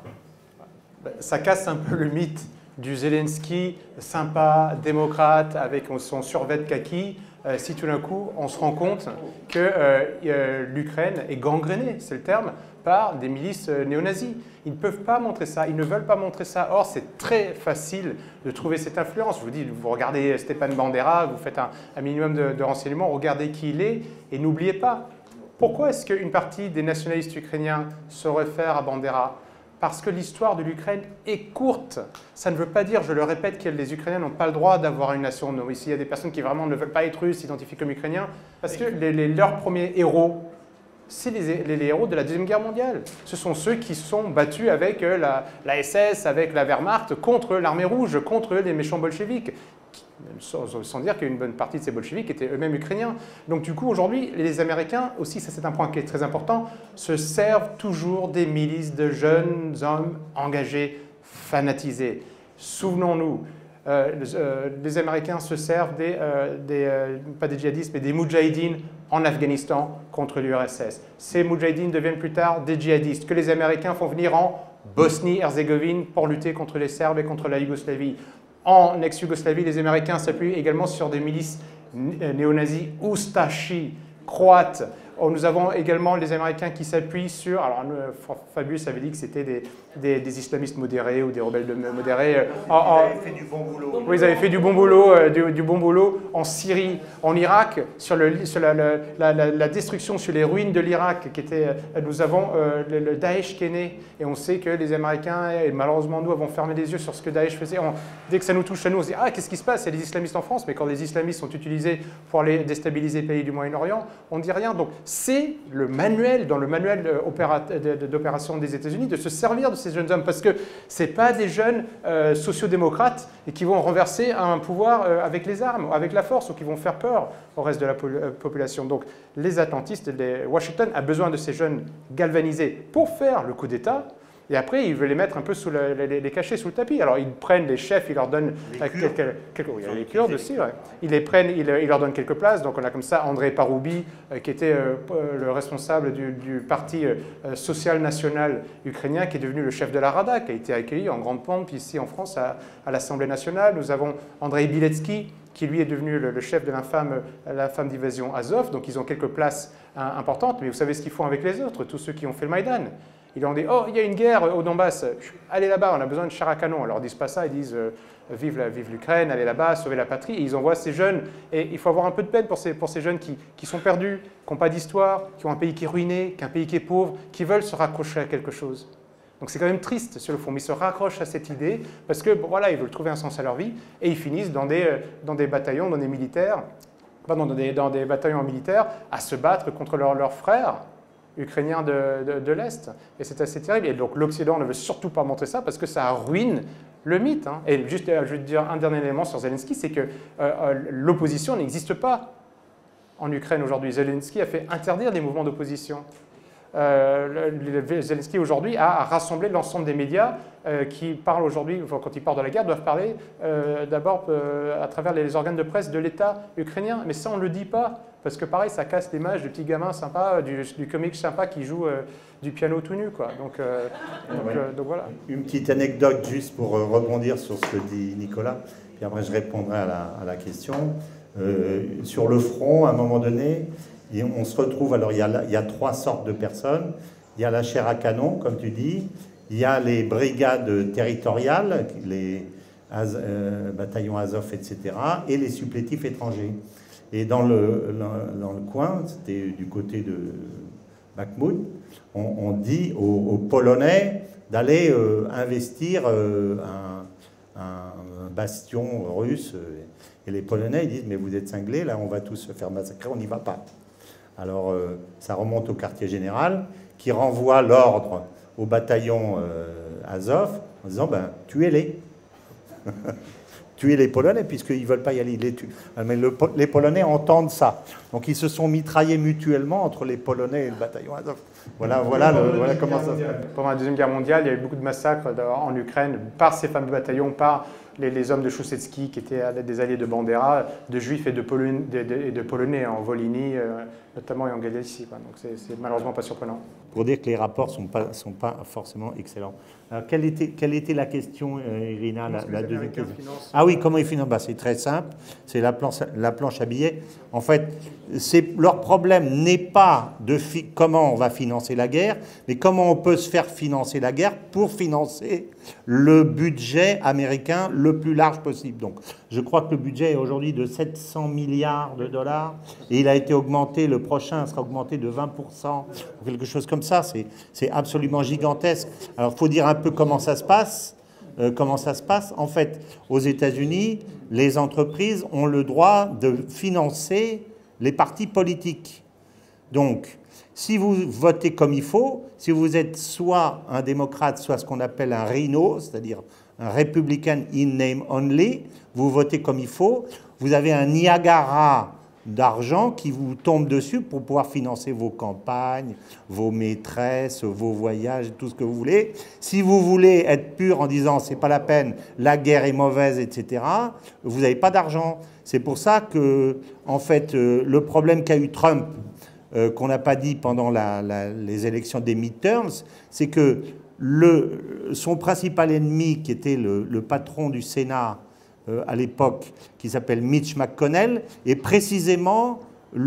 Ça casse un peu le mythe du Zelensky sympa, démocrate, avec son survêt kaki, euh, si tout d'un coup on se rend compte que euh, euh, l'Ukraine est gangrénée, c'est le terme, par des milices euh, néo-nazis. Ils ne peuvent pas montrer ça, ils ne veulent pas montrer ça. Or, c'est très facile de trouver cette influence. Je vous dis, vous regardez Stepan Bandera, vous faites un, un minimum de, de renseignements, regardez qui il est, et n'oubliez pas, pourquoi est-ce qu'une partie des nationalistes ukrainiens se réfère à Bandera? Parce que l'histoire de l'Ukraine est courte. Ça ne veut pas dire, je le répète, que les Ukrainiens n'ont pas le droit d'avoir une nation. Non, ici, il y a des personnes qui vraiment ne veulent pas être russes, s'identifient comme Ukrainiens, parce que les, les, leurs premiers héros, c'est les, les, les héros de la Deuxième Guerre mondiale. Ce sont ceux qui se sont battus avec la, la S S, avec la Wehrmacht, contre l'armée rouge, contre les méchants bolcheviks. Sans, sans dire qu'une bonne partie de ces bolcheviks étaient eux-mêmes ukrainiens. Donc du coup, aujourd'hui, les Américains, aussi, ça c'est un point qui est très important, se servent toujours des milices de jeunes hommes engagés, fanatisés. Souvenons-nous, euh, euh, les Américains se servent des, euh, des euh, pas des djihadistes, mais des moudjahidines en Afghanistan contre l'U R S S. Ces moudjahidines deviennent plus tard des djihadistes que les Américains font venir en Bosnie-Herzégovine pour lutter contre les Serbes et contre la Yougoslavie. En ex-Yougoslavie, les Américains s'appuient également sur des milices néo-nazis oustachi, croates. Nous avons également les Américains qui s'appuient sur... Alors, Fabius avait dit que c'était des, des, des islamistes modérés ou des rebelles de, modérés. Ils avaient fait du bon boulot. Oui, ils avaient fait du bon boulot, euh, du, du bon boulot en Syrie, en Irak, sur, le, sur la, la, la, la destruction, sur les ruines de l'Irak. Nous avons euh, le, le Daesh qui est né. Et on sait que les Américains, et malheureusement nous, avons fermé les yeux sur ce que Daesh faisait. On, dès que ça nous touche à nous, on se dit « Ah, qu'est-ce qui se passe? Il y a des islamistes en France. » Mais quand les islamistes sont utilisés pour aller déstabiliser les pays du Moyen-Orient, on ne dit rien. Donc, c'est le manuel, dans le manuel d'opération des États-Unis, de se servir de ces jeunes hommes, parce que ce n'est pas des jeunes euh, sociodémocrates et qui vont renverser un pouvoir euh, avec les armes, avec la force, ou qui vont faire peur au reste de la population. Donc les atlantistes, les... Washington a besoin de ces jeunes galvanisés pour faire le coup d'État. Et après, il veut les mettre un peu sous le, les, les cacher sous le tapis. Alors, ils prennent les chefs, ils leur donnent les quelques, quelques, oui, les Kurdes aussi. Ouais. Ils les prennent, ils, ils leur donnent quelques places. Donc, on a comme ça André Paroubi, euh, qui était euh, le responsable du, du parti euh, social national ukrainien, qui est devenu le chef de la Rada, qui a été accueilli en grande pompe ici en France à, à l'Assemblée nationale. Nous avons Andrei Biletsky, qui lui est devenu le, le chef de l'infâme division Azov. Donc, ils ont quelques places hein, importantes. Mais vous savez ce qu'ils font avec les autres, tous ceux qui ont fait le Maïdan. Ils leur ont dit « Oh, il y a une guerre au Donbass, allez là-bas, on a besoin de chars à canon. » Ils ne leur disent pas ça, ils disent euh, « Vive l'Ukraine, allez là-bas, sauvez la patrie. » Et ils envoient ces jeunes. Et il faut avoir un peu de peine pour ces, pour ces jeunes qui, qui sont perdus, qui n'ont pas d'histoire, qui ont un pays qui est ruiné, qui est un pays qui est pauvre, qui veulent se raccrocher à quelque chose. Donc c'est quand même triste sur le fond, mais ils se raccrochent à cette idée parce que bon, voilà, ils veulent trouver un sens à leur vie et ils finissent dans des, dans des bataillons, dans des militaires, pardon, dans des, dans des bataillons militaires à se battre contre leurs leurs frères ukrainiens de, de, de l'Est. Et c'est assez terrible. Et donc l'Occident ne veut surtout pas montrer ça parce que ça ruine le mythe. Hein. Et juste, je vais te dire un dernier élément sur Zelensky, c'est que euh, l'opposition n'existe pas en Ukraine aujourd'hui. Zelensky a fait interdire des mouvements d'opposition. Euh, Zelensky aujourd'hui a rassemblé l'ensemble des médias euh, qui parlent aujourd'hui, quand ils parlent de la guerre, doivent parler euh, d'abord euh, à travers les organes de presse de l'État ukrainien. Mais ça, on ne le dit pas, parce que pareil, ça casse l'image du petit gamin sympa, du, du comique sympa qui joue euh, du piano tout nu, quoi. Donc, euh, donc, ouais. euh, donc voilà. Une petite anecdote juste pour rebondir sur ce que dit Nicolas. puis après je répondrai à la, à la question. Euh, sur le front, à un moment donné, on se retrouve, alors il y, a, il y a trois sortes de personnes. Il y a la chair à canon, comme tu dis, il y a les brigades territoriales, les Az, euh, bataillons Azov, et cetera, et les supplétifs étrangers. Et dans le, dans le coin, c'était du côté de Bakhmout, on, on dit aux, aux Polonais d'aller euh, investir euh, un, un bastion russe. Et les Polonais, ils disent, mais vous êtes cinglés, là, on va tous se faire massacrer, on n'y va pas. Alors, euh, ça remonte au quartier général, qui renvoie l'ordre au bataillon euh, Azov, en disant, ben, tuez-les. Tuer les Polonais, puisqu'ils ne veulent pas y aller, ils les tuent. Mais le, les Polonais entendent ça. Donc ils se sont mitraillés mutuellement entre les Polonais et le bataillon Azov. Voilà, voilà, le, voilà comment ça se passe. Pendant la Deuxième Guerre mondiale, il y a eu beaucoup de massacres en Ukraine par ces fameux bataillons, par les, les hommes de Chaussetsky, qui étaient des alliés de Bandera, de Juifs et de, Polon, de, de, et de Polonais en Volhynie, euh, notamment, et en Galicie. Quoi. Donc c'est malheureusement pas surprenant. Pour dire que les rapports ne sont pas, sont pas forcément excellents. Alors, quelle était, quelle était la question, euh, Irina, la, la deuxième question? Ah oui, comment ils financent? Bah, c'est très simple, c'est la planche, la planche à billets. En fait, leur problème n'est pas de fi comment on va financer la guerre, mais comment on peut se faire financer la guerre pour financer le budget américain le plus large possible. Donc, je crois que le budget est aujourd'hui de sept cents milliards de dollars, et il a été augmenté, le prochain sera augmenté de vingt pour cent, quelque chose comme ça. C'est absolument gigantesque. Alors, il faut dire un peu comment ça se passe. Euh, comment ça se passe? En fait, aux États-Unis, les entreprises ont le droit de financer les partis politiques. Donc, si vous votez comme il faut, si vous êtes soit un démocrate, soit ce qu'on appelle un rhino, c'est-à-dire un Republican in name only, vous votez comme il faut, vous avez un Niagara d'argent qui vous tombe dessus pour pouvoir financer vos campagnes, vos maîtresses, vos voyages, tout ce que vous voulez. Si vous voulez être pur en disant c'est pas la peine, la guerre est mauvaise, et cetera, vous n'avez pas d'argent. C'est pour ça que, en fait, euh, le problème qu'a eu Trump, euh, qu'on n'a pas dit pendant la, la, les élections des midterms, c'est que le, son principal ennemi, qui était le, le patron du Sénat, Euh, à l'époque, qui s'appelle Mitch McConnell, est précisément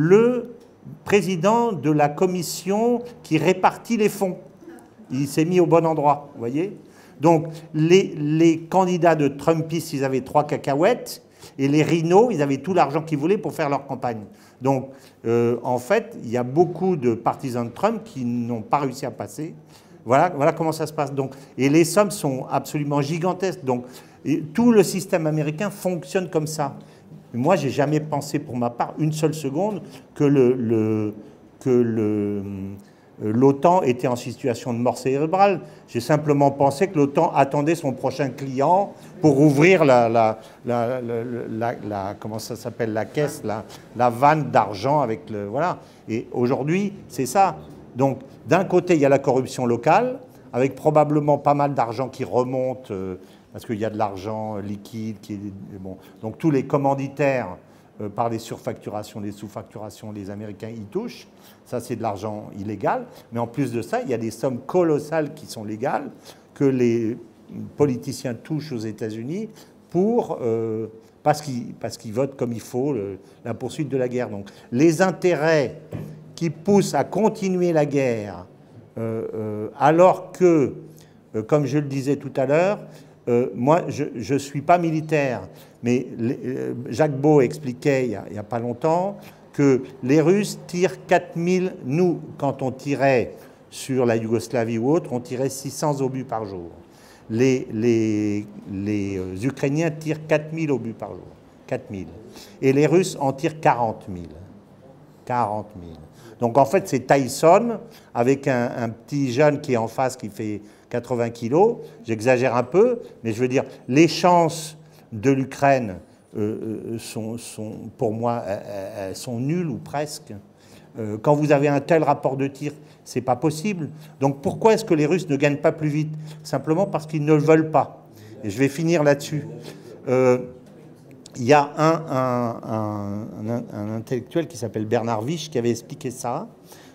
le président de la commission qui répartit les fonds. Il s'est mis au bon endroit, vous voyez. Donc, les, les candidats de Trumpistes, ils avaient trois cacahuètes, et les rhinos, ils avaient tout l'argent qu'ils voulaient pour faire leur campagne. Donc, euh, en fait, il y a beaucoup de partisans de Trump qui n'ont pas réussi à passer. Voilà, voilà comment ça se passe. Donc, et les sommes sont absolument gigantesques. Donc, et tout le système américain fonctionne comme ça. Moi, j'ai jamais pensé, pour ma part, une seule seconde, que le, le, que le, l'OTAN était en situation de mort cérébrale. J'ai simplement pensé que l'OTAN attendait son prochain client pour ouvrir la, la, la, la, la, la comment ça s'appelle, la caisse, la, la vanne d'argent avec le, voilà. Et aujourd'hui, c'est ça. Donc, d'un côté, il y a la corruption locale, avec probablement pas mal d'argent qui remonte, euh, parce qu'il y a de l'argent liquide, qui est, bon. Donc tous les commanditaires, euh, par les surfacturations, les sous-facturations, les Américains y touchent. Ça, c'est de l'argent illégal. Mais en plus de ça, il y a des sommes colossales qui sont légales, que les politiciens touchent aux États-Unis pour... Euh, parce qu'ils parce qu'ils votent comme il faut le, la poursuite de la guerre. Donc les intérêts qui poussent à continuer la guerre, euh, euh, alors que, euh, comme je le disais tout à l'heure, euh, moi, je ne suis pas militaire, mais les, euh, Jacques Beau expliquait il n'y a, a pas longtemps que les Russes tirent quatre mille, nous, quand on tirait sur la Yougoslavie ou autre, on tirait six cents obus par jour. Les, les, les Ukrainiens tirent quatre mille obus par jour, quatre mille. Et les Russes en tirent quarante mille. quarante mille. Donc en fait, c'est Tyson avec un, un petit jeune qui est en face qui fait quatre-vingts kilos. J'exagère un peu, mais je veux dire, les chances de l'Ukraine euh, sont, sont, pour moi, elles sont nulles ou presque. Euh, quand vous avez un tel rapport de tir, c'est pas possible. Donc pourquoi est-ce que les Russes ne gagnent pas plus vite? Simplement parce qu'ils ne le veulent pas. Et je vais finir là-dessus. Euh, Il y a un, un, un, un intellectuel qui s'appelle Bernard Wisch qui avait expliqué ça,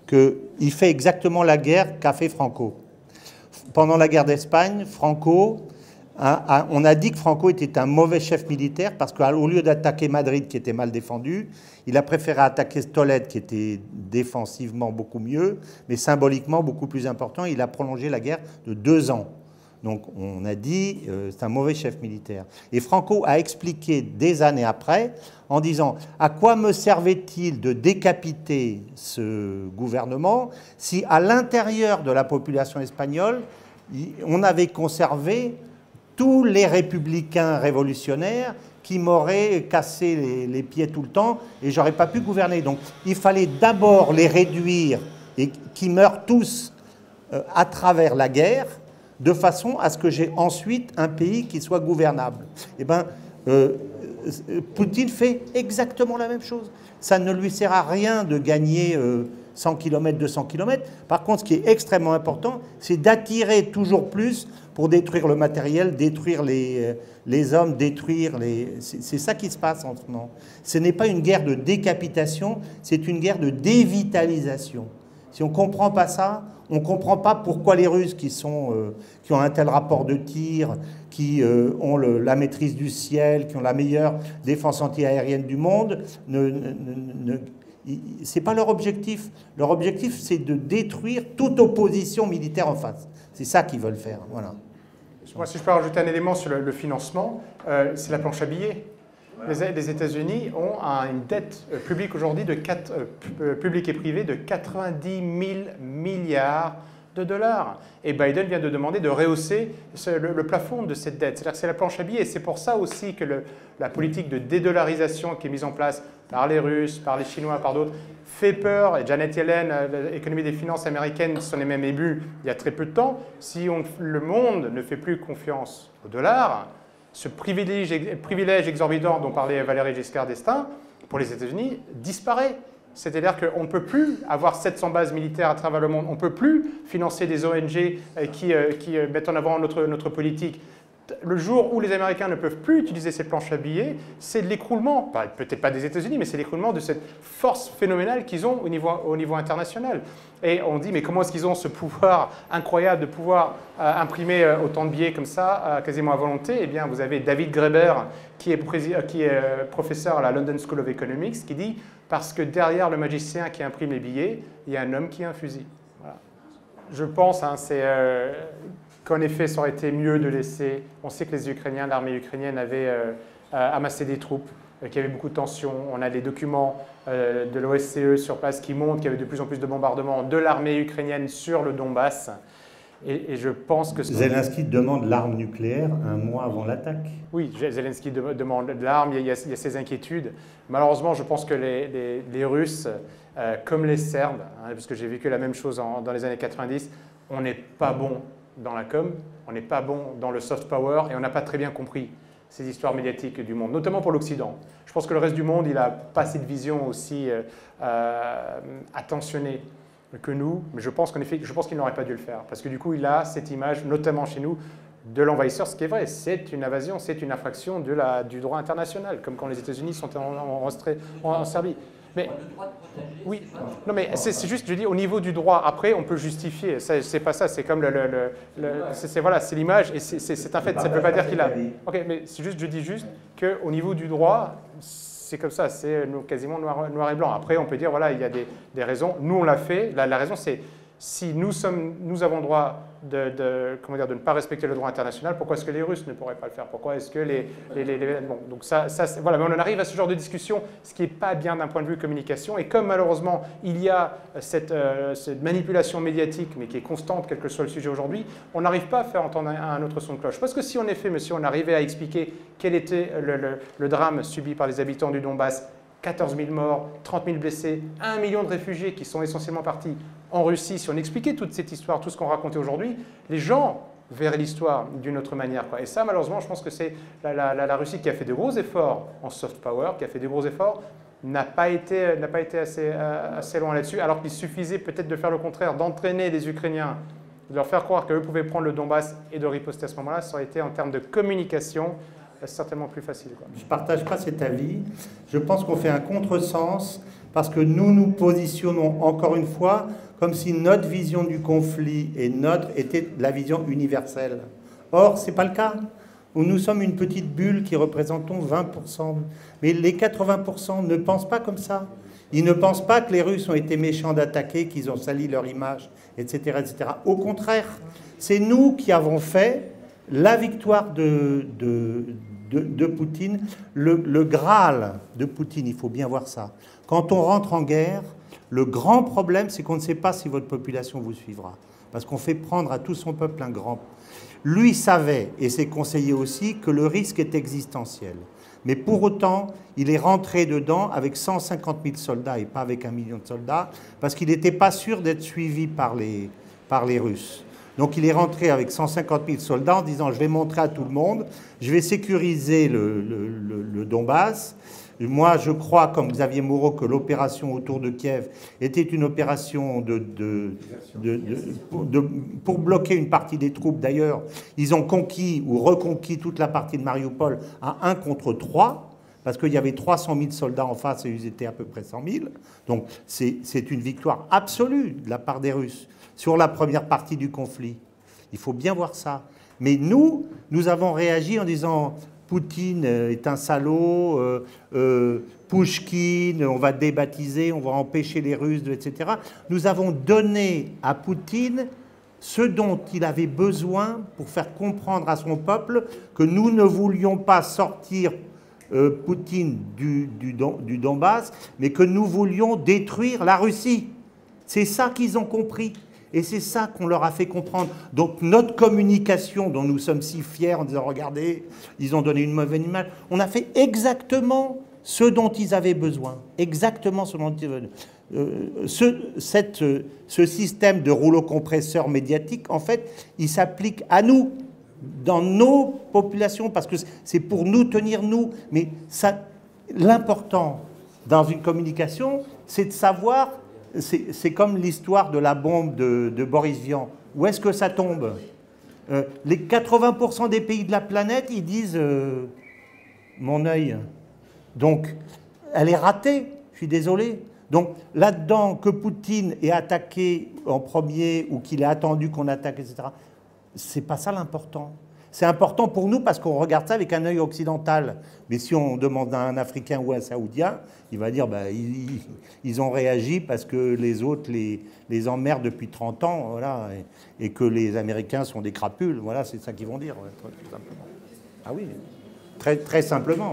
qu'il fait exactement la guerre qu'a fait Franco. Pendant la guerre d'Espagne, Franco a, a, on a dit que Franco était un mauvais chef militaire parce qu'au lieu d'attaquer Madrid, qui était mal défendu, il a préféré attaquer Tolède, qui était défensivement beaucoup mieux, mais symboliquement beaucoup plus important. Il a prolongé la guerre de deux ans. Donc on a dit euh, c'est un mauvais chef militaire. Et Franco a expliqué des années après en disant à quoi me servait-il de décapiter ce gouvernement si à l'intérieur de la population espagnole on avait conservé tous les républicains révolutionnaires qui m'auraient cassé les, les pieds tout le temps et j'aurais pas pu gouverner. Donc il fallait d'abord les réduire et qu'ils meurent tous euh, à travers la guerre, de façon à ce que j'ai ensuite un pays qui soit gouvernable. Eh bien, euh, Poutine fait exactement la même chose. Ça ne lui sert à rien de gagner euh, cent kilomètres, deux cents kilomètres. Par contre, ce qui est extrêmement important, c'est d'attirer toujours plus pour détruire le matériel, détruire les, les hommes, détruire les... C'est ça qui se passe en ce moment. Ce n'est pas une guerre de décapitation, c'est une guerre de dévitalisation. Si on ne comprend pas ça, on ne comprend pas pourquoi les Russes qui, sont, euh, qui ont un tel rapport de tir, qui euh, ont le, la maîtrise du ciel, qui ont la meilleure défense antiaérienne du monde, ne, ne, ne, ce n'est pas leur objectif. Leur objectif, c'est de détruire toute opposition militaire en face. C'est ça qu'ils veulent faire. Voilà. Moi, si je peux rajouter un élément sur le, le financement, euh, c'est la planche à billets. Les, les États-Unis ont un, une dette euh, publique aujourd'hui, de quatre, euh, publique et privée, de quatre-vingt-dix mille milliards de dollars. Et Biden vient de demander de rehausser ce, le, le plafond de cette dette. C'est-à-dire que c'est la planche à billets. Et c'est pour ça aussi que le, la politique de dédollarisation qui est mise en place par les Russes, par les Chinois, par d'autres, fait peur. Et Janet Yellen, l'économie des finances américaines, s'en est même émue il y a très peu de temps. Si on, le monde ne fait plus confiance au dollar, ce privilège, privilège exorbitant dont parlait Valéry Giscard d'Estaing, pour les États-Unis, disparaît. C'est-à-dire qu'on ne peut plus avoir sept cents bases militaires à travers le monde. On ne peut plus financer des O N G qui, qui mettent en avant notre, notre politique. Le jour où les Américains ne peuvent plus utiliser cette planche à billets, c'est l'écroulement, peut-être pas des États-Unis, mais c'est l'écroulement de cette force phénoménale qu'ils ont au niveau, au niveau international. Et on dit, mais comment est-ce qu'ils ont ce pouvoir incroyable de pouvoir euh, imprimer euh, autant de billets comme ça, euh, quasiment à volonté? Eh bien, vous avez David Graeber, qui est, qui est euh, professeur à la London School of Economics, qui dit, parce que derrière le magicien qui imprime les billets, il y a un homme qui a un fusil. Voilà. Je pense, hein, c'est... Euh, qu'en effet, ça aurait été mieux de laisser... On sait que les Ukrainiens, l'armée ukrainienne avait euh, amassé des troupes, euh, qu'il y avait beaucoup de tensions. On a des documents euh, de l'O S C E sur place qui montrent qu'il y avait de plus en plus de bombardements de l'armée ukrainienne sur le Donbass. Et, et je pense que... Zelensky demande l'arme nucléaire un mois avant l'attaque. Oui, Zelensky de, demande de l'arme, il, il y a ces inquiétudes. Malheureusement, je pense que les, les, les Russes, euh, comme les Serbes, hein, parce que j'ai vécu la même chose en, dans les années quatre-vingt-dix, on n'est pas bon dans la com, on n'est pas bon dans le soft power et on n'a pas très bien compris ces histoires médiatiques du monde, notamment pour l'Occident. Je pense que le reste du monde, il n'a pas cette vision aussi euh, euh, attentionnée que nous, mais je pense qu'en effet, je pense qu'il n'aurait pas dû le faire, parce que du coup, il a cette image, notamment chez nous, de l'envahisseur, ce qui est vrai, c'est une invasion, c'est une infraction de la, du droit international, comme quand les États-Unis sont en, en, en, en Serbie. Mais, oui, non mais c'est juste, je dis, au niveau du droit, après, on peut justifier, c'est pas ça, c'est comme le, le, le, le c'est voilà, c'est l'image, et c'est un fait, ça ne veut pas dire qu'il a... Ok, mais c'est juste, je dis juste qu'au niveau du droit, c'est comme ça, c'est quasiment noir, noir et blanc. Après, on peut dire, voilà, il y a des, des raisons, nous on l'a fait, la, la raison c'est, si nous, sommes, nous avons droit de, de, comment dire, de ne pas respecter le droit international, pourquoi est-ce que les Russes ne pourraient pas le faire? Pourquoi est-ce que les... les, les, les bon, donc ça, ça voilà, mais on en arrive à ce genre de discussion, ce qui n'est pas bien d'un point de vue communication. Et comme malheureusement, il y a cette, euh, cette manipulation médiatique, mais qui est constante, quel que soit le sujet aujourd'hui, on n'arrive pas à faire entendre un, un autre son de cloche. Parce que si en effet, monsieur, on arrivait à expliquer quel était le, le, le drame subi par les habitants du Donbass, quatorze mille morts, trente mille blessés, un million de réfugiés qui sont essentiellement partis en Russie, si on expliquait toute cette histoire, tout ce qu'on racontait aujourd'hui, les gens verraient l'histoire d'une autre manière, quoi. Et ça, malheureusement, je pense que c'est la, la, la Russie qui a fait de gros efforts en soft power, qui a fait de gros efforts, n'a pas été, n'a pas été assez, euh, assez loin là-dessus, alors qu'il suffisait peut-être de faire le contraire, d'entraîner les Ukrainiens, de leur faire croire qu'eux pouvaient prendre le Donbass et de riposter à ce moment-là, ça aurait été en termes de communication certainement plus facile, quoi. Je ne partage pas cet avis. Je pense qu'on fait un contresens parce que nous nous positionnons encore une fois comme si notre vision du conflit et notre était la vision universelle. Or, ce n'est pas le cas. où nous sommes une petite bulle qui représentons vingt pour cent. Mais les quatre-vingts pour cent ne pensent pas comme ça. Ils ne pensent pas que les Russes ont été méchants d'attaquer, qu'ils ont sali leur image, et cetera, et cetera. Au contraire, c'est nous qui avons fait la victoire de, de, de, de Poutine, le, le Graal de Poutine, il faut bien voir ça. Quand on rentre en guerre, le grand problème, c'est qu'on ne sait pas si votre population vous suivra. Parce qu'on fait prendre à tout son peuple un grand... Lui savait, et ses conseillers aussi, que le risque est existentiel. Mais pour autant, il est rentré dedans avec cent cinquante mille soldats et pas avec un million de soldats, parce qu'il n'était pas sûr d'être suivi par les, par les Russes. Donc il est rentré avec cent cinquante mille soldats en disant « je vais montrer à tout le monde, je vais sécuriser le, le, le, le Donbass ». Moi, je crois, comme Xavier Moreau, que l'opération autour de Kiev était une opération de, de, de, de, de, pour bloquer une partie des troupes. D'ailleurs, ils ont conquis ou reconquis toute la partie de Mariupol à un contre trois, parce qu'il y avait trois cent mille soldats en face et ils étaient à peu près cent mille. Donc c'est une victoire absolue de la part des Russes sur la première partie du conflit. Il faut bien voir ça. Mais nous, nous avons réagi en disant... Poutine est un salaud, euh, euh, Pouchkine, on va débaptiser, on va empêcher les Russes, et cetera. Nous avons donné à Poutine ce dont il avait besoin pour faire comprendre à son peuple que nous ne voulions pas sortir euh, Poutine du, du, du Donbass, mais que nous voulions détruire la Russie. C'est ça qu'ils ont compris. Et c'est ça qu'on leur a fait comprendre. Donc notre communication dont nous sommes si fiers en disant « Regardez, ils ont donné une mauvaise image », on a fait exactement ce dont ils avaient besoin. Exactement ce dont ils avaient besoin. Euh, ce, cette, ce système de rouleau compresseur médiatique, en fait, il s'applique à nous, dans nos populations, parce que c'est pour nous tenir nous. Mais l'important dans une communication, c'est de savoir... C'est comme l'histoire de la bombe de, de Boris Vian. Où est-ce que ça tombe? euh, Les quatre-vingts pour cent des pays de la planète, ils disent euh, « mon œil ». Donc, elle est ratée, je suis désolé. Donc, là-dedans, que Poutine ait attaqué en premier ou qu'il ait attendu qu'on attaque, et cetera, c'est pas ça l'important. C'est important pour nous parce qu'on regarde ça avec un œil occidental. Mais si on demande à un Africain ou à un Saoudien, il va dire bah, ils, ils ont réagi parce que les autres les, les emmerdent depuis trente ans, voilà, et, et que les Américains sont des crapules. Voilà, c'est ça qu'ils vont dire, tout simplement. Ah oui, très, très simplement.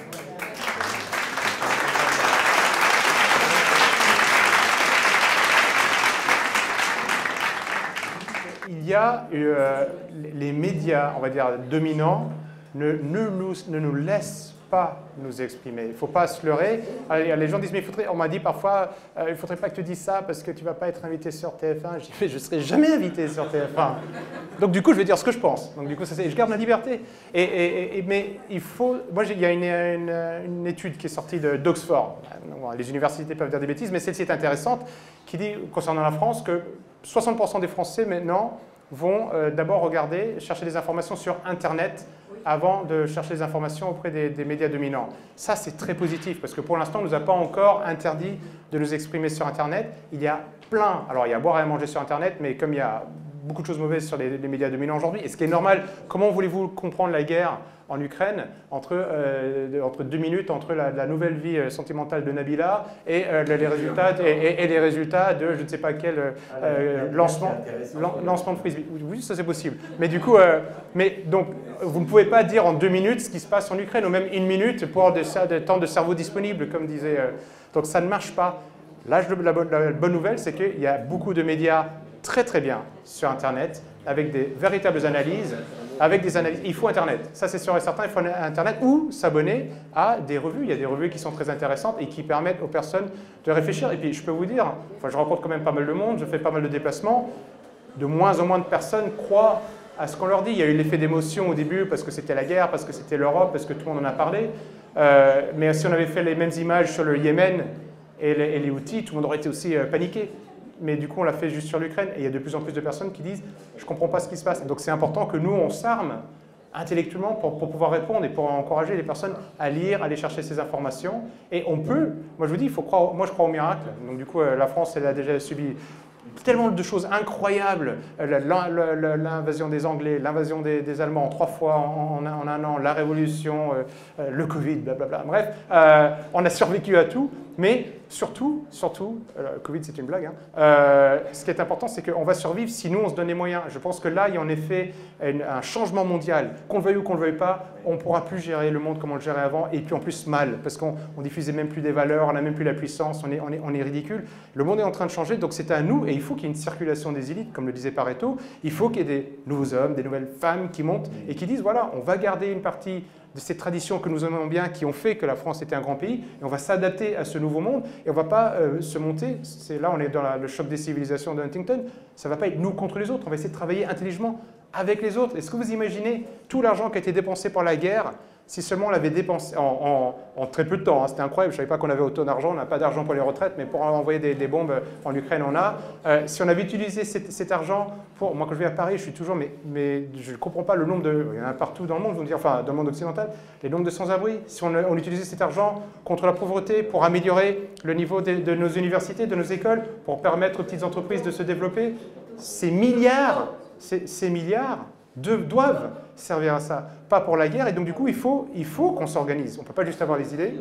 Il y a euh, les médias, on va dire, dominants, ne, ne, nous, ne nous laissent pas nous exprimer. Il ne faut pas se leurrer. Alors, les gens disent, mais il faudrait, on m'a dit parfois, euh, il ne faudrait pas que tu dises ça parce que tu ne vas pas être invité sur T F un. Je dis, mais je ne serai jamais invité sur T F un. Donc du coup, je vais dire ce que je pense. Donc du coup, ça, je garde ma liberté. Et, et, et, mais il faut... Moi, il y a une, une, une étude qui est sortie d'Oxford. Les universités peuvent dire des bêtises, mais celle-ci est intéressante, qui dit, concernant la France, que soixante pour cent des Français, maintenant, vont euh, d'abord regarder, chercher des informations sur Internet avant de chercher des informations auprès des, des médias dominants. Ça, c'est très positif, parce que pour l'instant, on ne nous a pas encore interdit de nous exprimer sur Internet. Il y a plein... Alors, il y a à boire et à manger sur Internet, mais comme il y a beaucoup de choses mauvaises sur les, les médias dominants aujourd'hui, et ce qui est normal, comment voulez-vous comprendre la guerre en Ukraine entre, euh, entre deux minutes entre la, la nouvelle vie sentimentale de Nabila et euh, les résultats et, et, et les résultats de je ne sais pas quel euh, lancement, lancement de frisbee. Oui, ça c'est possible. Mais du coup, euh, mais donc vous ne pouvez pas dire en deux minutes ce qui se passe en Ukraine ou même une minute pour de, de temps de cerveau disponible, comme disait. Euh, donc ça ne marche pas. Là, la bonne, la bonne nouvelle, c'est qu'il y a beaucoup de médias très très bien sur Internet avec des véritables analyses. Avec des analyses. Il faut Internet, ça c'est sûr et certain, il faut Internet ou s'abonner à des revues. Il y a des revues qui sont très intéressantes et qui permettent aux personnes de réfléchir. Et puis je peux vous dire, enfin, je rencontre quand même pas mal de monde, je fais pas mal de déplacements, de moins en moins de personnes croient à ce qu'on leur dit. Il y a eu l'effet d'émotion au début parce que c'était la guerre, parce que c'était l'Europe, parce que tout le monde en a parlé. Euh, mais si on avait fait les mêmes images sur le Yémen et les, et les Houthis, tout le monde aurait été aussi euh, paniqué. Mais du coup, on l'a fait juste sur l'Ukraine. Et il y a de plus en plus de personnes qui disent « je ne comprends pas ce qui se passe ». Donc c'est important que nous, on s'arme intellectuellement pour, pour pouvoir répondre et pour encourager les personnes à lire, à aller chercher ces informations. Et on peut, moi je vous dis, il faut croire, moi je crois au miracle. Donc du coup, la France, elle a déjà subi tellement de choses incroyables, l'invasion des Anglais, l'invasion des, des Allemands, trois fois en, en, en un an, la Révolution, euh, le Covid, blablabla. Bref, euh, on a survécu à tout, mais surtout, surtout, euh, le Covid c'est une blague, hein, euh, ce qui est important c'est qu'on va survivre si nous on se donne les moyens. Je pense que là il y a en effet une, un changement mondial, qu'on le veuille ou qu'on ne le veuille pas, on ne pourra plus gérer le monde comme on le gérait avant, et puis en plus mal, parce qu'on ne diffusait même plus des valeurs, on n'a même plus la puissance, on est, on, est, on est ridicule. Le monde est en train de changer, donc c'est à nous, et il faut qu'il y ait une circulation des élites, comme le disait Pareto, il faut qu'il y ait des nouveaux hommes, des nouvelles femmes qui montent, et qui disent voilà, on va garder une partie de ces traditions que nous aimons bien, qui ont fait que la France était un grand pays, et on va s'adapter à ce nouveau monde, et on ne va pas euh, se monter, c'est là on est dans la, le choc des civilisations de Huntington, ça ne va pas être nous contre les autres, on va essayer de travailler intelligemment avec les autres. Est-ce que vous imaginez tout l'argent qui a été dépensé par la guerre, si seulement on l'avait dépensé en, en, en très peu de temps, hein, c'était incroyable, je ne savais pas qu'on avait autant d'argent, on n'a pas d'argent pour les retraites, mais pour envoyer des, des bombes en Ukraine, on a. Euh, si on avait utilisé cet, cet argent pour... Moi, quand je vais à Paris, je suis toujours... Mais, mais je ne comprends pas le nombre de... Il y en a partout dans le monde, vous me dire, enfin, dans le monde occidental, les nombres de sans-abri. Si on, on utilisait cet argent contre la pauvreté, pour améliorer le niveau de, de nos universités, de nos écoles, pour permettre aux petites entreprises de se développer, ces milliards, ces, ces milliards de, doivent servir à ça, pas pour la guerre. Et donc, du coup, il faut, il faut qu'on s'organise. On ne peut pas juste avoir les idées.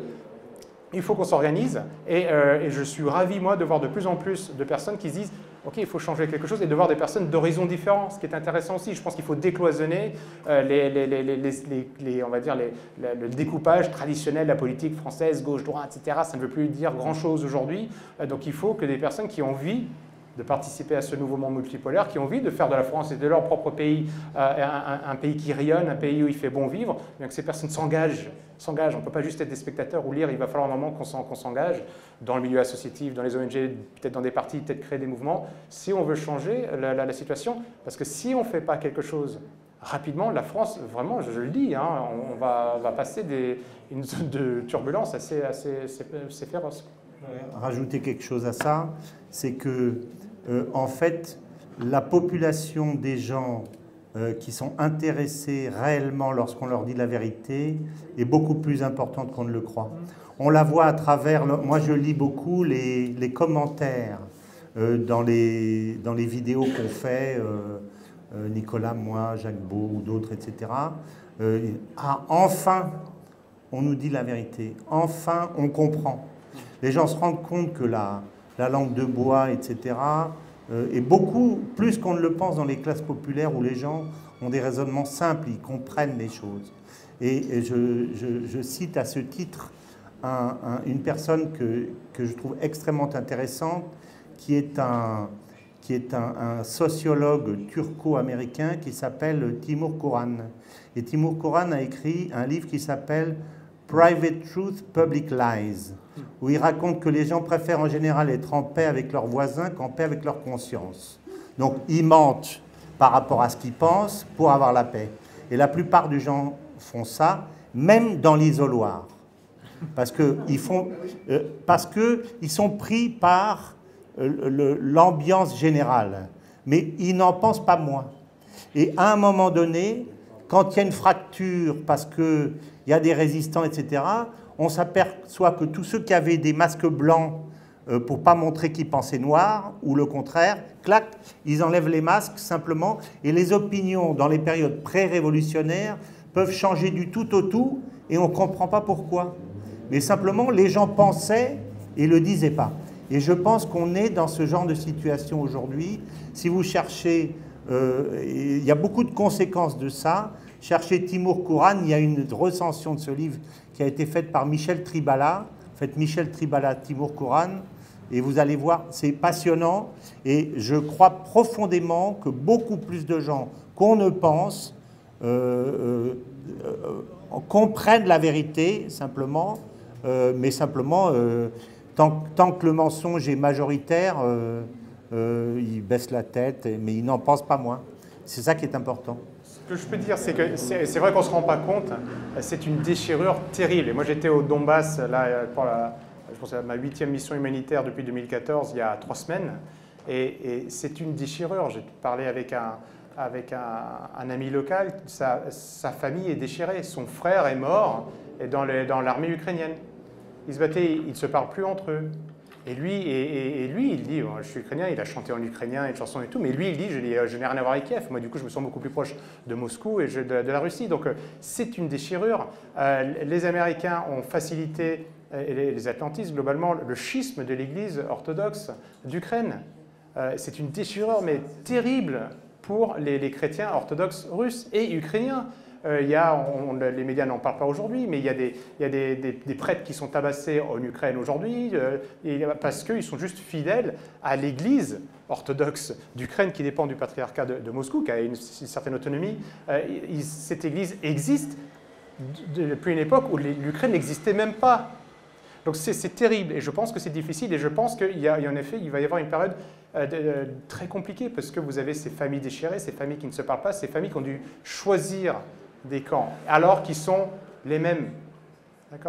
Il faut qu'on s'organise. Et, euh, et je suis ravi, moi, de voir de plus en plus de personnes qui se disent « Ok, il faut changer quelque chose » et de voir des personnes d'horizons différents, ce qui est intéressant aussi. Je pense qu'il faut décloisonner euh, les, les, les, les, les, les, on va dire, les, les, le découpage traditionnel de la politique française, gauche-droite, et cetera. Ça ne veut plus dire grand-chose aujourd'hui. Euh, donc, il faut que des personnes qui ont envie de participer à ce nouveau monde multipolaire, qui ont envie de faire de la France et de leur propre pays euh, un, un, un pays qui rayonne, un pays où il fait bon vivre, bien que ces personnes s'engagent. s'engagent. On ne peut pas juste être des spectateurs ou lire, il va falloir un moment qu'on s'engage dans le milieu associatif, dans les O N G, peut-être dans des partis, peut-être créer des mouvements, si on veut changer la, la, la situation. Parce que si on ne fait pas quelque chose rapidement, la France, vraiment, je, je le dis, hein, on, on va, va passer des, une zone de turbulence assez, assez, assez, assez féroce. Rajouter quelque chose à ça, c'est que, euh, en fait, la population des gens euh, qui sont intéressés réellement lorsqu'on leur dit la vérité est beaucoup plus importante qu'on ne le croit. On la voit à travers, le, moi je lis beaucoup les, les commentaires euh, dans, les, dans les vidéos qu'on fait, euh, euh, Nicolas, moi, Jacques Beau ou d'autres, et cetera. Euh, ah, enfin, on nous dit la vérité, enfin on comprend. Les gens se rendent compte que la, la langue de bois, et cetera, euh, est beaucoup plus qu'on ne le pense dans les classes populaires où les gens ont des raisonnements simples, ils comprennent les choses. Et, et je, je, je cite à ce titre un, un, une personne que, que je trouve extrêmement intéressante, qui est un, qui est un, un sociologue turco-américain qui s'appelle Timur Kuran. Et Timur Kuran a écrit un livre qui s'appelle Private Truth, Public Lies, où il raconte que les gens préfèrent en général être en paix avec leurs voisins qu'en paix avec leur conscience. Donc, ils mentent par rapport à ce qu'ils pensent pour avoir la paix. Et la plupart des gens font ça, même dans l'isoloir. Parce qu'ils font, euh, parce que ils sont pris par euh, l'ambiance générale. Mais ils n'en pensent pas moins. Et à un moment donné, quand il y a une fracture, parce qu'il y a des résistants, et cetera, on s'aperçoit que tous ceux qui avaient des masques blancs euh, pour ne pas montrer qu'ils pensaient noir, ou le contraire, clac, ils enlèvent les masques simplement, et les opinions dans les périodes pré-révolutionnaires peuvent changer du tout au tout, et on ne comprend pas pourquoi. Mais simplement, les gens pensaient et ne le disaient pas. Et je pense qu'on est dans ce genre de situation aujourd'hui. Si vous cherchez, euh, il y a beaucoup de conséquences de ça. Cherchez Timur Kuran, il y a une recension de ce livre qui a été faite par Michel Tribala. Faites Michel Tribala, Timur Kuran, et vous allez voir, c'est passionnant. Et je crois profondément que beaucoup plus de gens qu'on ne pense euh, euh, euh, comprennent la vérité, simplement, euh, mais simplement, euh, tant, tant que le mensonge est majoritaire, euh, euh, ils baissent la tête, mais ils n'en pensent pas moins. C'est ça qui est important. Ce que je peux dire, c'est que c'est vrai qu'on ne se rend pas compte, c'est une déchirure terrible. Et moi, j'étais au Donbass, là, pour la, je pense à ma huitième mission humanitaire depuis deux mille quatorze, il y a trois semaines. Et, et c'est une déchirure. J'ai parlé avec un, avec un, un ami local, sa, sa famille est déchirée. Son frère est mort et dans l'armée ukrainienne. Ils se battaient, ils ne se parlent plus entre eux. Et lui, et, et, et lui, il dit, je suis ukrainien, il a chanté en ukrainien, une chanson et tout, mais lui, il dit, je, je n'ai rien à voir avec Kiev. Moi, du coup, je me sens beaucoup plus proche de Moscou et je, de, de la Russie. Donc, c'est une déchirure. Euh, les Américains ont facilité, et les, les atlantistes, globalement, le schisme de l'Église orthodoxe d'Ukraine. Euh, c'est une déchirure, mais terrible pour les, les chrétiens orthodoxes russes et ukrainiens. Euh, il y a, on, les médias n'en parlent pas aujourd'hui, mais il y a, des, il y a des, des, des prêtres qui sont tabassés en Ukraine aujourd'hui euh, parce qu'ils sont juste fidèles à l'Église orthodoxe d'Ukraine qui dépend du patriarcat de, de Moscou, qui a une, une certaine autonomie. Euh, il, cette Église existe depuis une époque où l'Ukraine n'existait même pas. Donc c'est terrible et je pense que c'est difficile et je pense qu'il y a, en effet, il va y avoir une période euh, de, euh, très compliquée parce que vous avez ces familles déchirées, ces familles qui ne se parlent pas, ces familles qui ont dû choisir des camps, alors qu'ils sont les mêmes. D'accord ?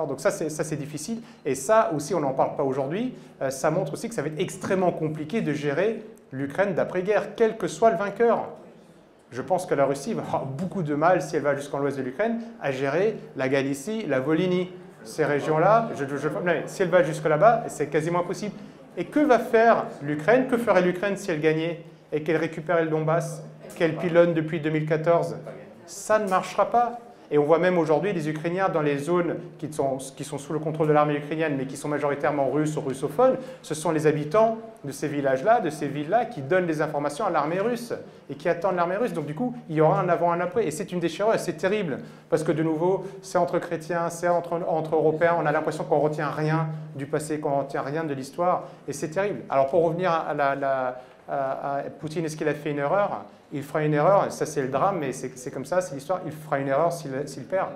Donc ça, c'est difficile. Et ça aussi, on n'en parle pas aujourd'hui. Euh, ça montre aussi que ça va être extrêmement compliqué de gérer l'Ukraine d'après-guerre, quel que soit le vainqueur. Je pense que la Russie va avoir beaucoup de mal, si elle va jusqu'en l'ouest de l'Ukraine, à gérer la Galicie, la Volhynie. Ces régions-là, je, je, si elle va jusque là-bas, c'est quasiment impossible. Et que va faire l'Ukraine? Que ferait l'Ukraine si elle gagnait et qu'elle récupérait le Donbass, qu'elle pilonne depuis deux mille quatorze? Ça ne marchera pas. Et on voit même aujourd'hui les Ukrainiens dans les zones qui sont, qui sont sous le contrôle de l'armée ukrainienne, mais qui sont majoritairement russes ou russophones. Ce sont les habitants de ces villages-là, de ces villes-là, qui donnent des informations à l'armée russe et qui attendent l'armée russe. Donc du coup, il y aura un avant, un après. Et c'est une déchirure, et c'est terrible. Parce que de nouveau, c'est entre chrétiens, c'est entre, entre Européens. On a l'impression qu'on ne retient rien du passé, qu'on ne retient rien de l'histoire. Et c'est terrible. Alors pour revenir à la... la à Poutine, est-ce qu'il a fait une erreur? Il fera une erreur, ça c'est le drame, mais c'est comme ça, c'est l'histoire. Il fera une erreur s'il perd.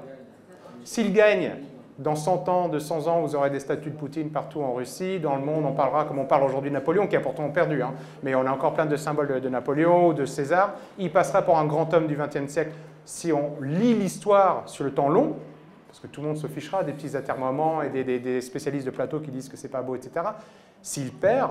S'il gagne, dans cent ans, deux cents ans, vous aurez des statues de Poutine partout en Russie. Dans le monde, on parlera comme on parle aujourd'hui de Napoléon, qui a pourtant perdu. Hein. Mais on a encore plein de symboles de, de Napoléon ou de César. Il passera pour un grand homme du vingtième siècle si on lit l'histoire sur le temps long, parce que tout le monde se fichera des petits atermoiements et des, des, des spécialistes de plateau qui disent que c'est pas beau, et cetera. S'il perd,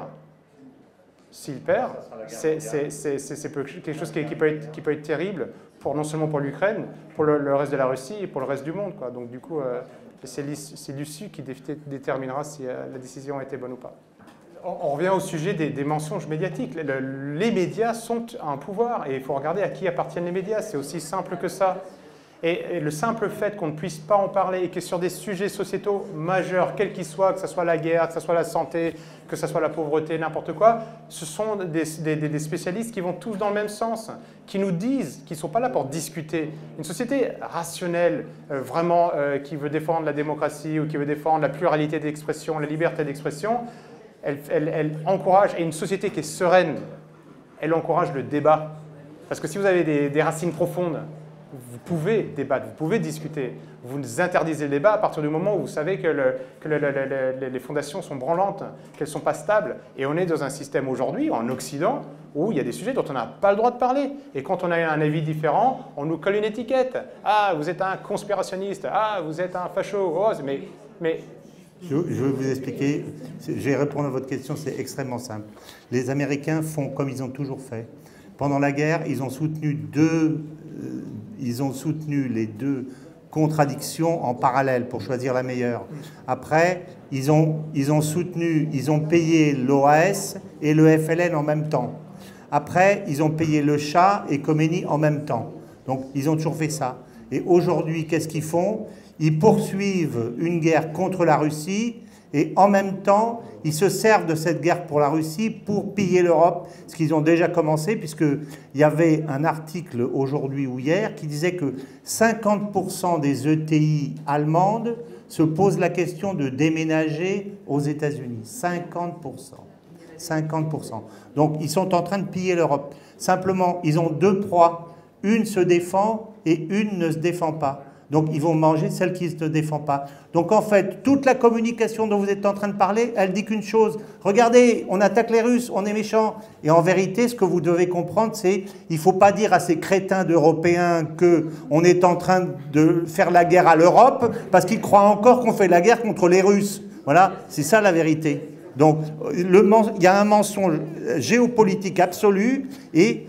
S'il perd, c'est quelque chose qui, qui, peut être, qui peut être terrible, pour, non seulement pour l'Ukraine, pour le, le reste de la Russie et pour le reste du monde, quoi. Donc du coup, euh, c'est l'issue qui déterminera si euh, la décision a été bonne ou pas. On, on revient au sujet des, des mensonges médiatiques. Le, les médias sont un pouvoir et il faut regarder à qui appartiennent les médias. C'est aussi simple que ça. Et, et le simple fait qu'on ne puisse pas en parler et que sur des sujets sociétaux majeurs, quels qu'ils soient, que ce soit la guerre, que ce soit la santé, que ce soit la pauvreté, n'importe quoi, ce sont des, des, des spécialistes qui vont tous dans le même sens, qui nous disent, qui ne sont pas là pour discuter. Une société rationnelle, euh, vraiment, euh, qui veut défendre la démocratie ou qui veut défendre la pluralité d'expression, la liberté d'expression, elle, elle, elle encourage, et une société qui est sereine, elle encourage le débat. Parce que si vous avez des, des racines profondes, vous pouvez débattre, vous pouvez discuter. Vous interdisez le débat à partir du moment où vous savez que, le, que le, le, le, les fondations sont branlantes, qu'elles ne sont pas stables. Et on est dans un système aujourd'hui, en Occident, où il y a des sujets dont on n'a pas le droit de parler. Et quand on a un avis différent, on nous colle une étiquette. Ah, vous êtes un conspirationniste. Ah, vous êtes un facho. Oh, mais, mais... Je, je vais vous expliquer. Je vais répondre à votre question, c'est extrêmement simple. Les Américains font comme ils ont toujours fait. Pendant la guerre, ils ont soutenu deux... Euh, Ils ont soutenu les deux contradictions en parallèle pour choisir la meilleure. Après, ils ont, ils ont soutenu, ils ont payé l'O A S et le F L N en même temps. Après, ils ont payé le Shah et Khomeini en même temps. Donc, ils ont toujours fait ça. Et aujourd'hui, qu'est-ce qu'ils font? Ils poursuivent une guerre contre la Russie et en même temps, ils se servent de cette guerre pour la Russie pour piller l'Europe, ce qu'ils ont déjà commencé, puisqu'il y avait un article aujourd'hui ou hier qui disait que cinquante pour cent des E T I allemandes se posent la question de déménager aux États-Unis. cinquante pour cent. cinquante pour cent. Donc, ils sont en train de piller l'Europe. Simplement, ils ont deux proies. Une se défend et une ne se défend pas. Donc, ils vont manger celle qui ne se défend pas. Donc, en fait, toute la communication dont vous êtes en train de parler, elle dit qu'une chose. Regardez, on attaque les Russes, on est méchants. Et en vérité, ce que vous devez comprendre, c'est qu'il ne faut pas dire à ces crétins d'Européens qu'on est en train de faire la guerre à l'Europe, parce qu'ils croient encore qu'on fait la guerre contre les Russes. Voilà, c'est ça la vérité. Donc, le, il y a un mensonge géopolitique absolu, et,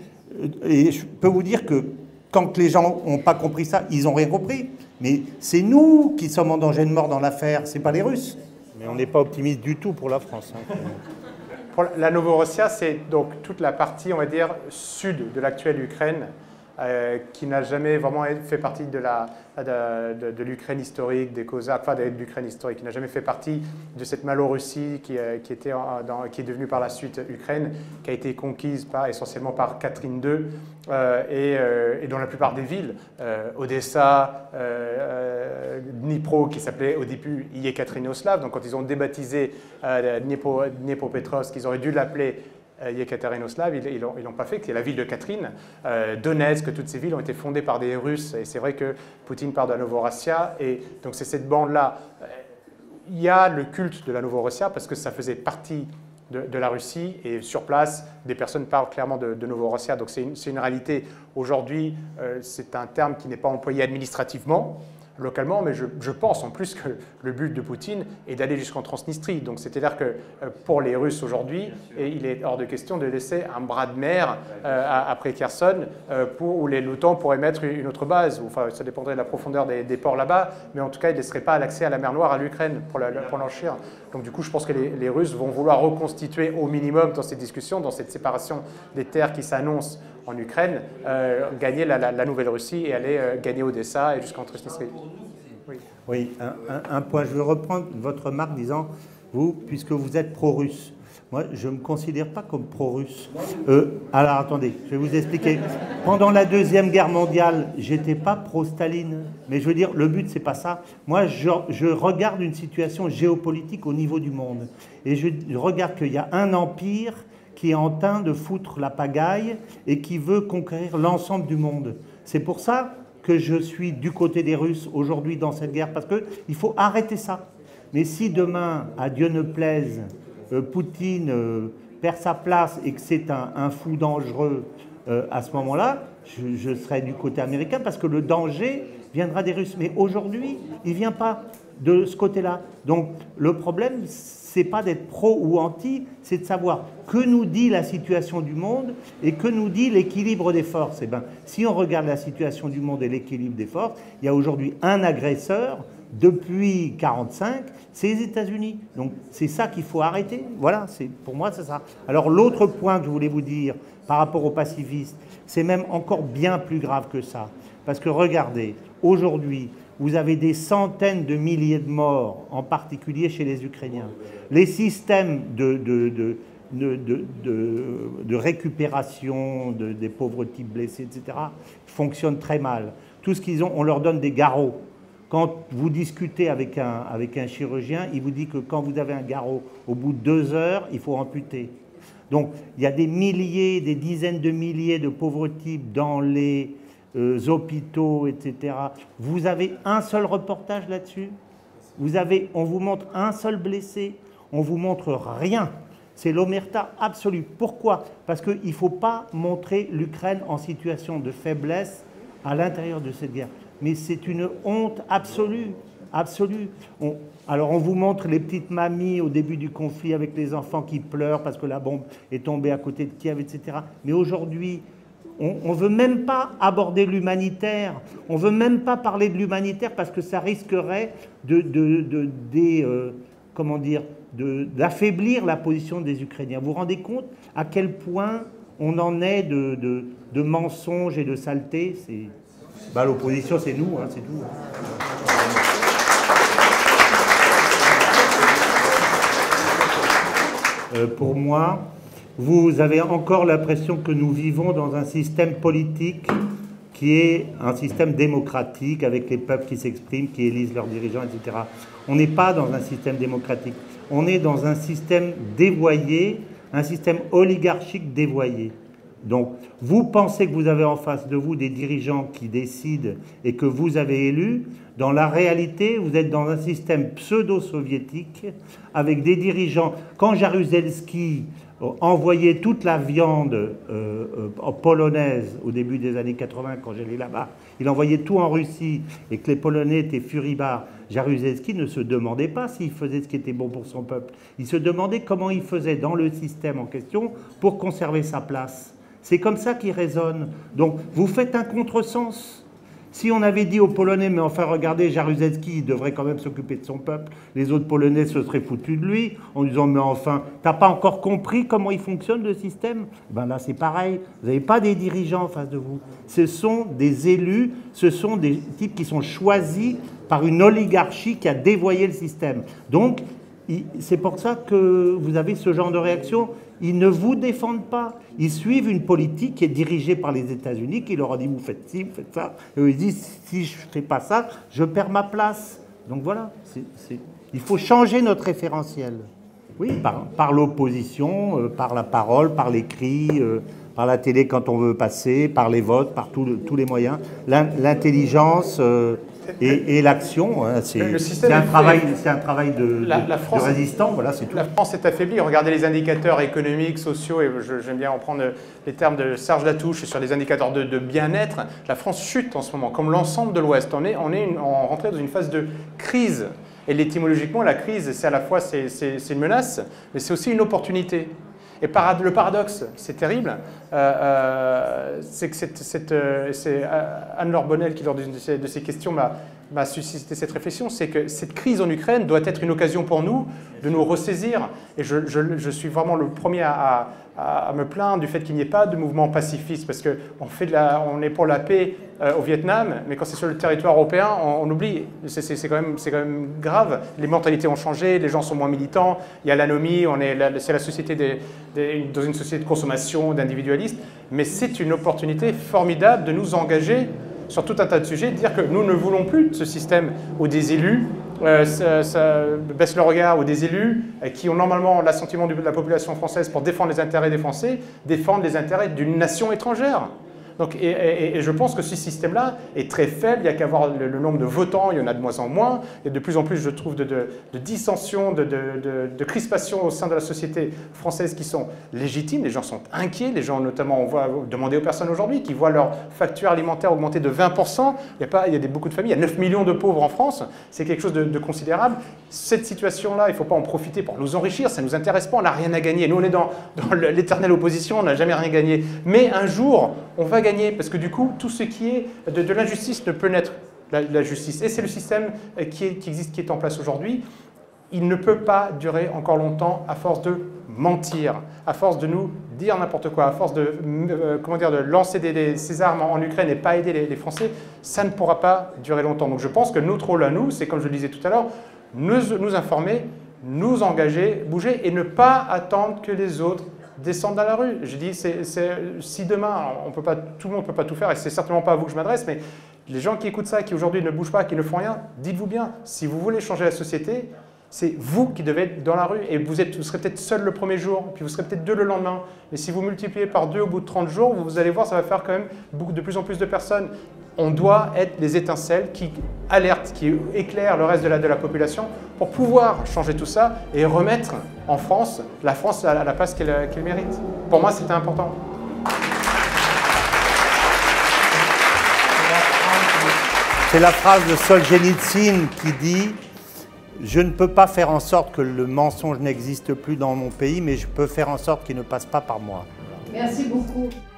et je peux vous dire que quand les gens n'ont pas compris ça, ils n'ont rien compris. Mais c'est nous qui sommes en danger de mort dans l'affaire, ce n'est pas les Russes. Mais on n'est pas optimiste du tout pour la France. Hein. Pour la Novorossia, c'est donc toute la partie, on va dire, sud de l'actuelle Ukraine, euh, qui n'a jamais vraiment fait partie de la de, de, de l'Ukraine historique, des Cosaques, enfin de l'Ukraine historique, qui n'a jamais fait partie de cette Malorussie qui, qui, était dans, qui est devenue par la suite Ukraine, qui a été conquise par, essentiellement par Catherine deux, euh, et, euh, et dont la plupart des villes, euh, Odessa, euh, euh, Dnipro, qui s'appelait au début Yekaterinoslav, donc quand ils ont débaptisé euh, Dnipropetrovsk, ils auraient dû l'appeler Yekaterinoslav, ils ne l'ont pas fait, c'est la ville de Catherine. Euh, Donetsk, toutes ces villes ont été fondées par des Russes, et c'est vrai que Poutine part de la Novorossia, et donc c'est cette bande-là. Il y a le culte de la Novorossia parce que ça faisait partie de, de la Russie, et sur place, des personnes parlent clairement de, de Novorossia, donc c'est une, une réalité. Aujourd'hui, euh, c'est un terme qui n'est pas employé administrativement, localement, mais je, je pense en plus que le but de Poutine est d'aller jusqu'en Transnistrie. Donc c'est-à-dire que pour les Russes aujourd'hui, il est hors de question de laisser un bras de mer euh, après Kherson euh, pour, où l'OTAN pourrait mettre une autre base. Enfin, ça dépendrait de la profondeur des, des ports là-bas, mais en tout cas, il ne laisserait pas l'accès à la mer Noire à l'Ukraine pour l'enrichir. Donc du coup, je pense que les, les Russes vont vouloir reconstituer au minimum dans ces discussions, dans cette séparation des terres qui s'annonce en Ukraine, euh, gagner la, la, la Nouvelle-Russie et aller euh, gagner Odessa et jusqu'en Transnistrie. Oui, oui un, un, un point. Je veux reprendre votre remarque disant, vous, puisque vous êtes pro-russe, moi, je ne me considère pas comme pro-russe. Euh, alors, attendez, je vais vous expliquer. Pendant la Deuxième Guerre mondiale, je n'étais pas pro-Staline. Mais je veux dire, le but, ce n'est pas ça. Moi, je, je regarde une situation géopolitique au niveau du monde. Et je, je regarde qu'il y a un empire qui est en train de foutre la pagaille et qui veut conquérir l'ensemble du monde. C'est pour ça que je suis du côté des Russes aujourd'hui dans cette guerre, parce qu'il faut arrêter ça. Mais si demain, à Dieu ne plaise, euh, Poutine euh, perd sa place et que c'est un, un fou dangereux, euh, à ce moment-là, je, je serai du côté américain, parce que le danger viendra des Russes. Mais aujourd'hui, il ne vient pas de ce côté-là. Donc le problème, c'est pas d'être pro ou anti, c'est de savoir que nous dit la situation du monde et que nous dit l'équilibre des forces. Et ben, si on regarde la situation du monde et l'équilibre des forces, il y a aujourd'hui un agresseur depuis mille neuf cent quarante-cinq, c'est les États-Unis. Donc c'est ça qu'il faut arrêter. Voilà, pour moi c'est ça. Alors l'autre point que je voulais vous dire par rapport aux pacifistes, c'est même encore bien plus grave que ça. Parce que regardez, aujourd'hui, vous avez des centaines de milliers de morts, en particulier chez les Ukrainiens. Les systèmes de, de, de, de, de, de, de récupération de, des pauvres types blessés, et cetera, fonctionnent très mal. Tout ce qu'ils ont, on leur donne des garrots. Quand vous discutez avec un, avec un chirurgien, il vous dit que quand vous avez un garrot, au bout de deux heures, il faut amputer. Donc, il y a des milliers, des dizaines de milliers de pauvres types dans les Euh, hôpitaux, et cetera. Vous avez un seul reportage là-dessus. Vous avez, on vous montre un seul blessé. On vous montre rien. C'est l'omerta absolue. Pourquoi? Parce qu'il ne faut pas montrer l'Ukraine en situation de faiblesse à l'intérieur de cette guerre. Mais c'est une honte absolue. Absolue. On, alors on vous montre les petites mamies au début du conflit avec les enfants qui pleurent parce que la bombe est tombée à côté de Kiev, et cetera. Mais aujourd'hui, on ne veut même pas aborder l'humanitaire, on ne veut même pas parler de l'humanitaire parce que ça risquerait de, de, de, de, euh, comment dire, d'affaiblir la position des Ukrainiens. Vous vous rendez compte à quel point on en est de, de, de mensonges et de saleté? Bah, l'opposition, c'est nous, hein, c'est tout. Euh, pour moi, vous avez encore l'impression que nous vivons dans un système politique qui est un système démocratique avec les peuples qui s'expriment, qui élisent leurs dirigeants, et cetera. On n'est pas dans un système démocratique. On est dans un système dévoyé, un système oligarchique dévoyé. Donc, vous pensez que vous avez en face de vous des dirigeants qui décident et que vous avez élus. Dans la réalité, vous êtes dans un système pseudo-soviétique avec des dirigeants. Quand Jaruzelski envoyait toute la viande euh, euh, polonaise au début des années quatre-vingt, quand j'allais là-bas, il envoyait tout en Russie et que les Polonais étaient furibards. Jaruzelski ne se demandait pas s'il faisait ce qui était bon pour son peuple. Il se demandait comment il faisait dans le système en question pour conserver sa place. C'est comme ça qu'il raisonne. Donc, vous faites un contresens. Si on avait dit aux Polonais, mais enfin regardez, Jaruzelski, il devrait quand même s'occuper de son peuple, les autres Polonais se seraient foutus de lui, en disant, mais enfin, t'as pas encore compris comment il fonctionne le système? Ben là, c'est pareil, vous n'avez pas des dirigeants en face de vous. Ce sont des élus, ce sont des types qui sont choisis par une oligarchie qui a dévoyé le système. Donc, c'est pour ça que vous avez ce genre de réaction. Ils ne vous défendent pas. Ils suivent une politique qui est dirigée par les États-Unis, qui leur a dit, vous faites ci, vous faites ça. Et ils disent, si je ne fais pas ça, je perds ma place. Donc voilà, c'est, c'est... il faut changer notre référentiel. Oui, par, par l'opposition, euh, par la parole, par les cris, euh, par la télé quand on veut passer, par les votes, par tout, tous les moyens. L'intelligence... Euh, Et, et l'action, hein, c'est un, travail, un travail de, la, la France, de résistant, voilà, c'est tout. La France est affaiblie. Regardez les indicateurs économiques, sociaux, et j'aime bien reprendre les termes de Serge Latouche sur les indicateurs de, de bien-être. La France chute en ce moment, comme l'ensemble de l'Ouest. On est, on est une, on rentré dans une phase de crise. Et étymologiquement, la crise, c'est à la fois c'est, c'est, c'est une menace, mais c'est aussi une opportunité. Et par, le paradoxe, c'est terrible, euh, euh, c'est que c'est euh, Anne-Laure Bonnel qui, lors d'une de ces, de ces questions, m'a suscité cette réflexion, c'est que cette crise en Ukraine doit être une occasion pour nous de nous ressaisir. Et je, je, je suis vraiment le premier à, à, à me plaindre du fait qu'il n'y ait pas de mouvement pacifiste, parce qu'on fait de la, on est pour la paix euh, au Vietnam, mais quand c'est sur le territoire européen, on, on oublie. C'est quand même, c'est quand même grave. Les mentalités ont changé, les gens sont moins militants, il y a l'anomie, c'est la société des, des, dans une société de consommation, d'individualistes, mais c'est une opportunité formidable de nous engager sur tout un tas de sujets, de dire que nous ne voulons plus de ce système où des élus euh, ça, ça baissent le regard, où des élus euh, qui ont normalement l'assentiment de la population française pour défendre les intérêts des Français, défendent les intérêts d'une nation étrangère. Donc, et, et, et je pense que ce système-là est très faible, il n'y a qu'à voir le, le nombre de votants, il y en a de moins en moins, et de plus en plus, je trouve, de, de, de dissensions, de, de, de, de crispations au sein de la société française qui sont légitimes, les gens sont inquiets, les gens notamment, on voit demander aux personnes aujourd'hui, qui voient leur facture alimentaire augmenter de vingt pour cent, il y a, pas, il y a des, beaucoup de familles, il y a neuf millions de pauvres en France, c'est quelque chose de, de considérable. Cette situation-là, il ne faut pas en profiter pour nous enrichir, ça ne nous intéresse pas, on n'a rien à gagner. Nous, on est dans, dans l'éternelle opposition, on n'a jamais rien gagné. Mais un jour, on va gagner. Parce que du coup, tout ce qui est de, de l'injustice ne peut naître la, la justice. Et c'est le système qui, est, qui existe, qui est en place aujourd'hui. Il ne peut pas durer encore longtemps à force de mentir, à force de nous dire n'importe quoi, à force de, euh, comment dire, de lancer des, des, ces armes en Ukraine et pas aider les, les Français. Ça ne pourra pas durer longtemps. Donc je pense que notre rôle à nous, c'est comme je le disais tout à l'heure, nous, nous informer, nous engager, bouger et ne pas attendre que les autres descendre dans la rue. Je dis, c'est, c'est, si demain, on peut pas, tout le monde ne peut pas tout faire, et c'est certainement pas à vous que je m'adresse, mais les gens qui écoutent ça, qui aujourd'hui ne bougent pas, qui ne font rien, dites-vous bien, si vous voulez changer la société, c'est vous qui devez être dans la rue, et vous, êtes, vous serez peut-être seul le premier jour, puis vous serez peut-être deux le lendemain, mais si vous multipliez par deux au bout de trente jours, vous allez voir, ça va faire quand même beaucoup, de plus en plus de personnes. On doit être les étincelles qui alertent, qui éclairent le reste de la, de la population pour pouvoir changer tout ça et remettre en France, la France à la place qu'elle qu'elle mérite. Pour moi, c'était important. C'est la phrase de Solzhenitsyn qui dit « Je ne peux pas faire en sorte que le mensonge n'existe plus dans mon pays, mais je peux faire en sorte qu'il ne passe pas par moi. » Merci beaucoup.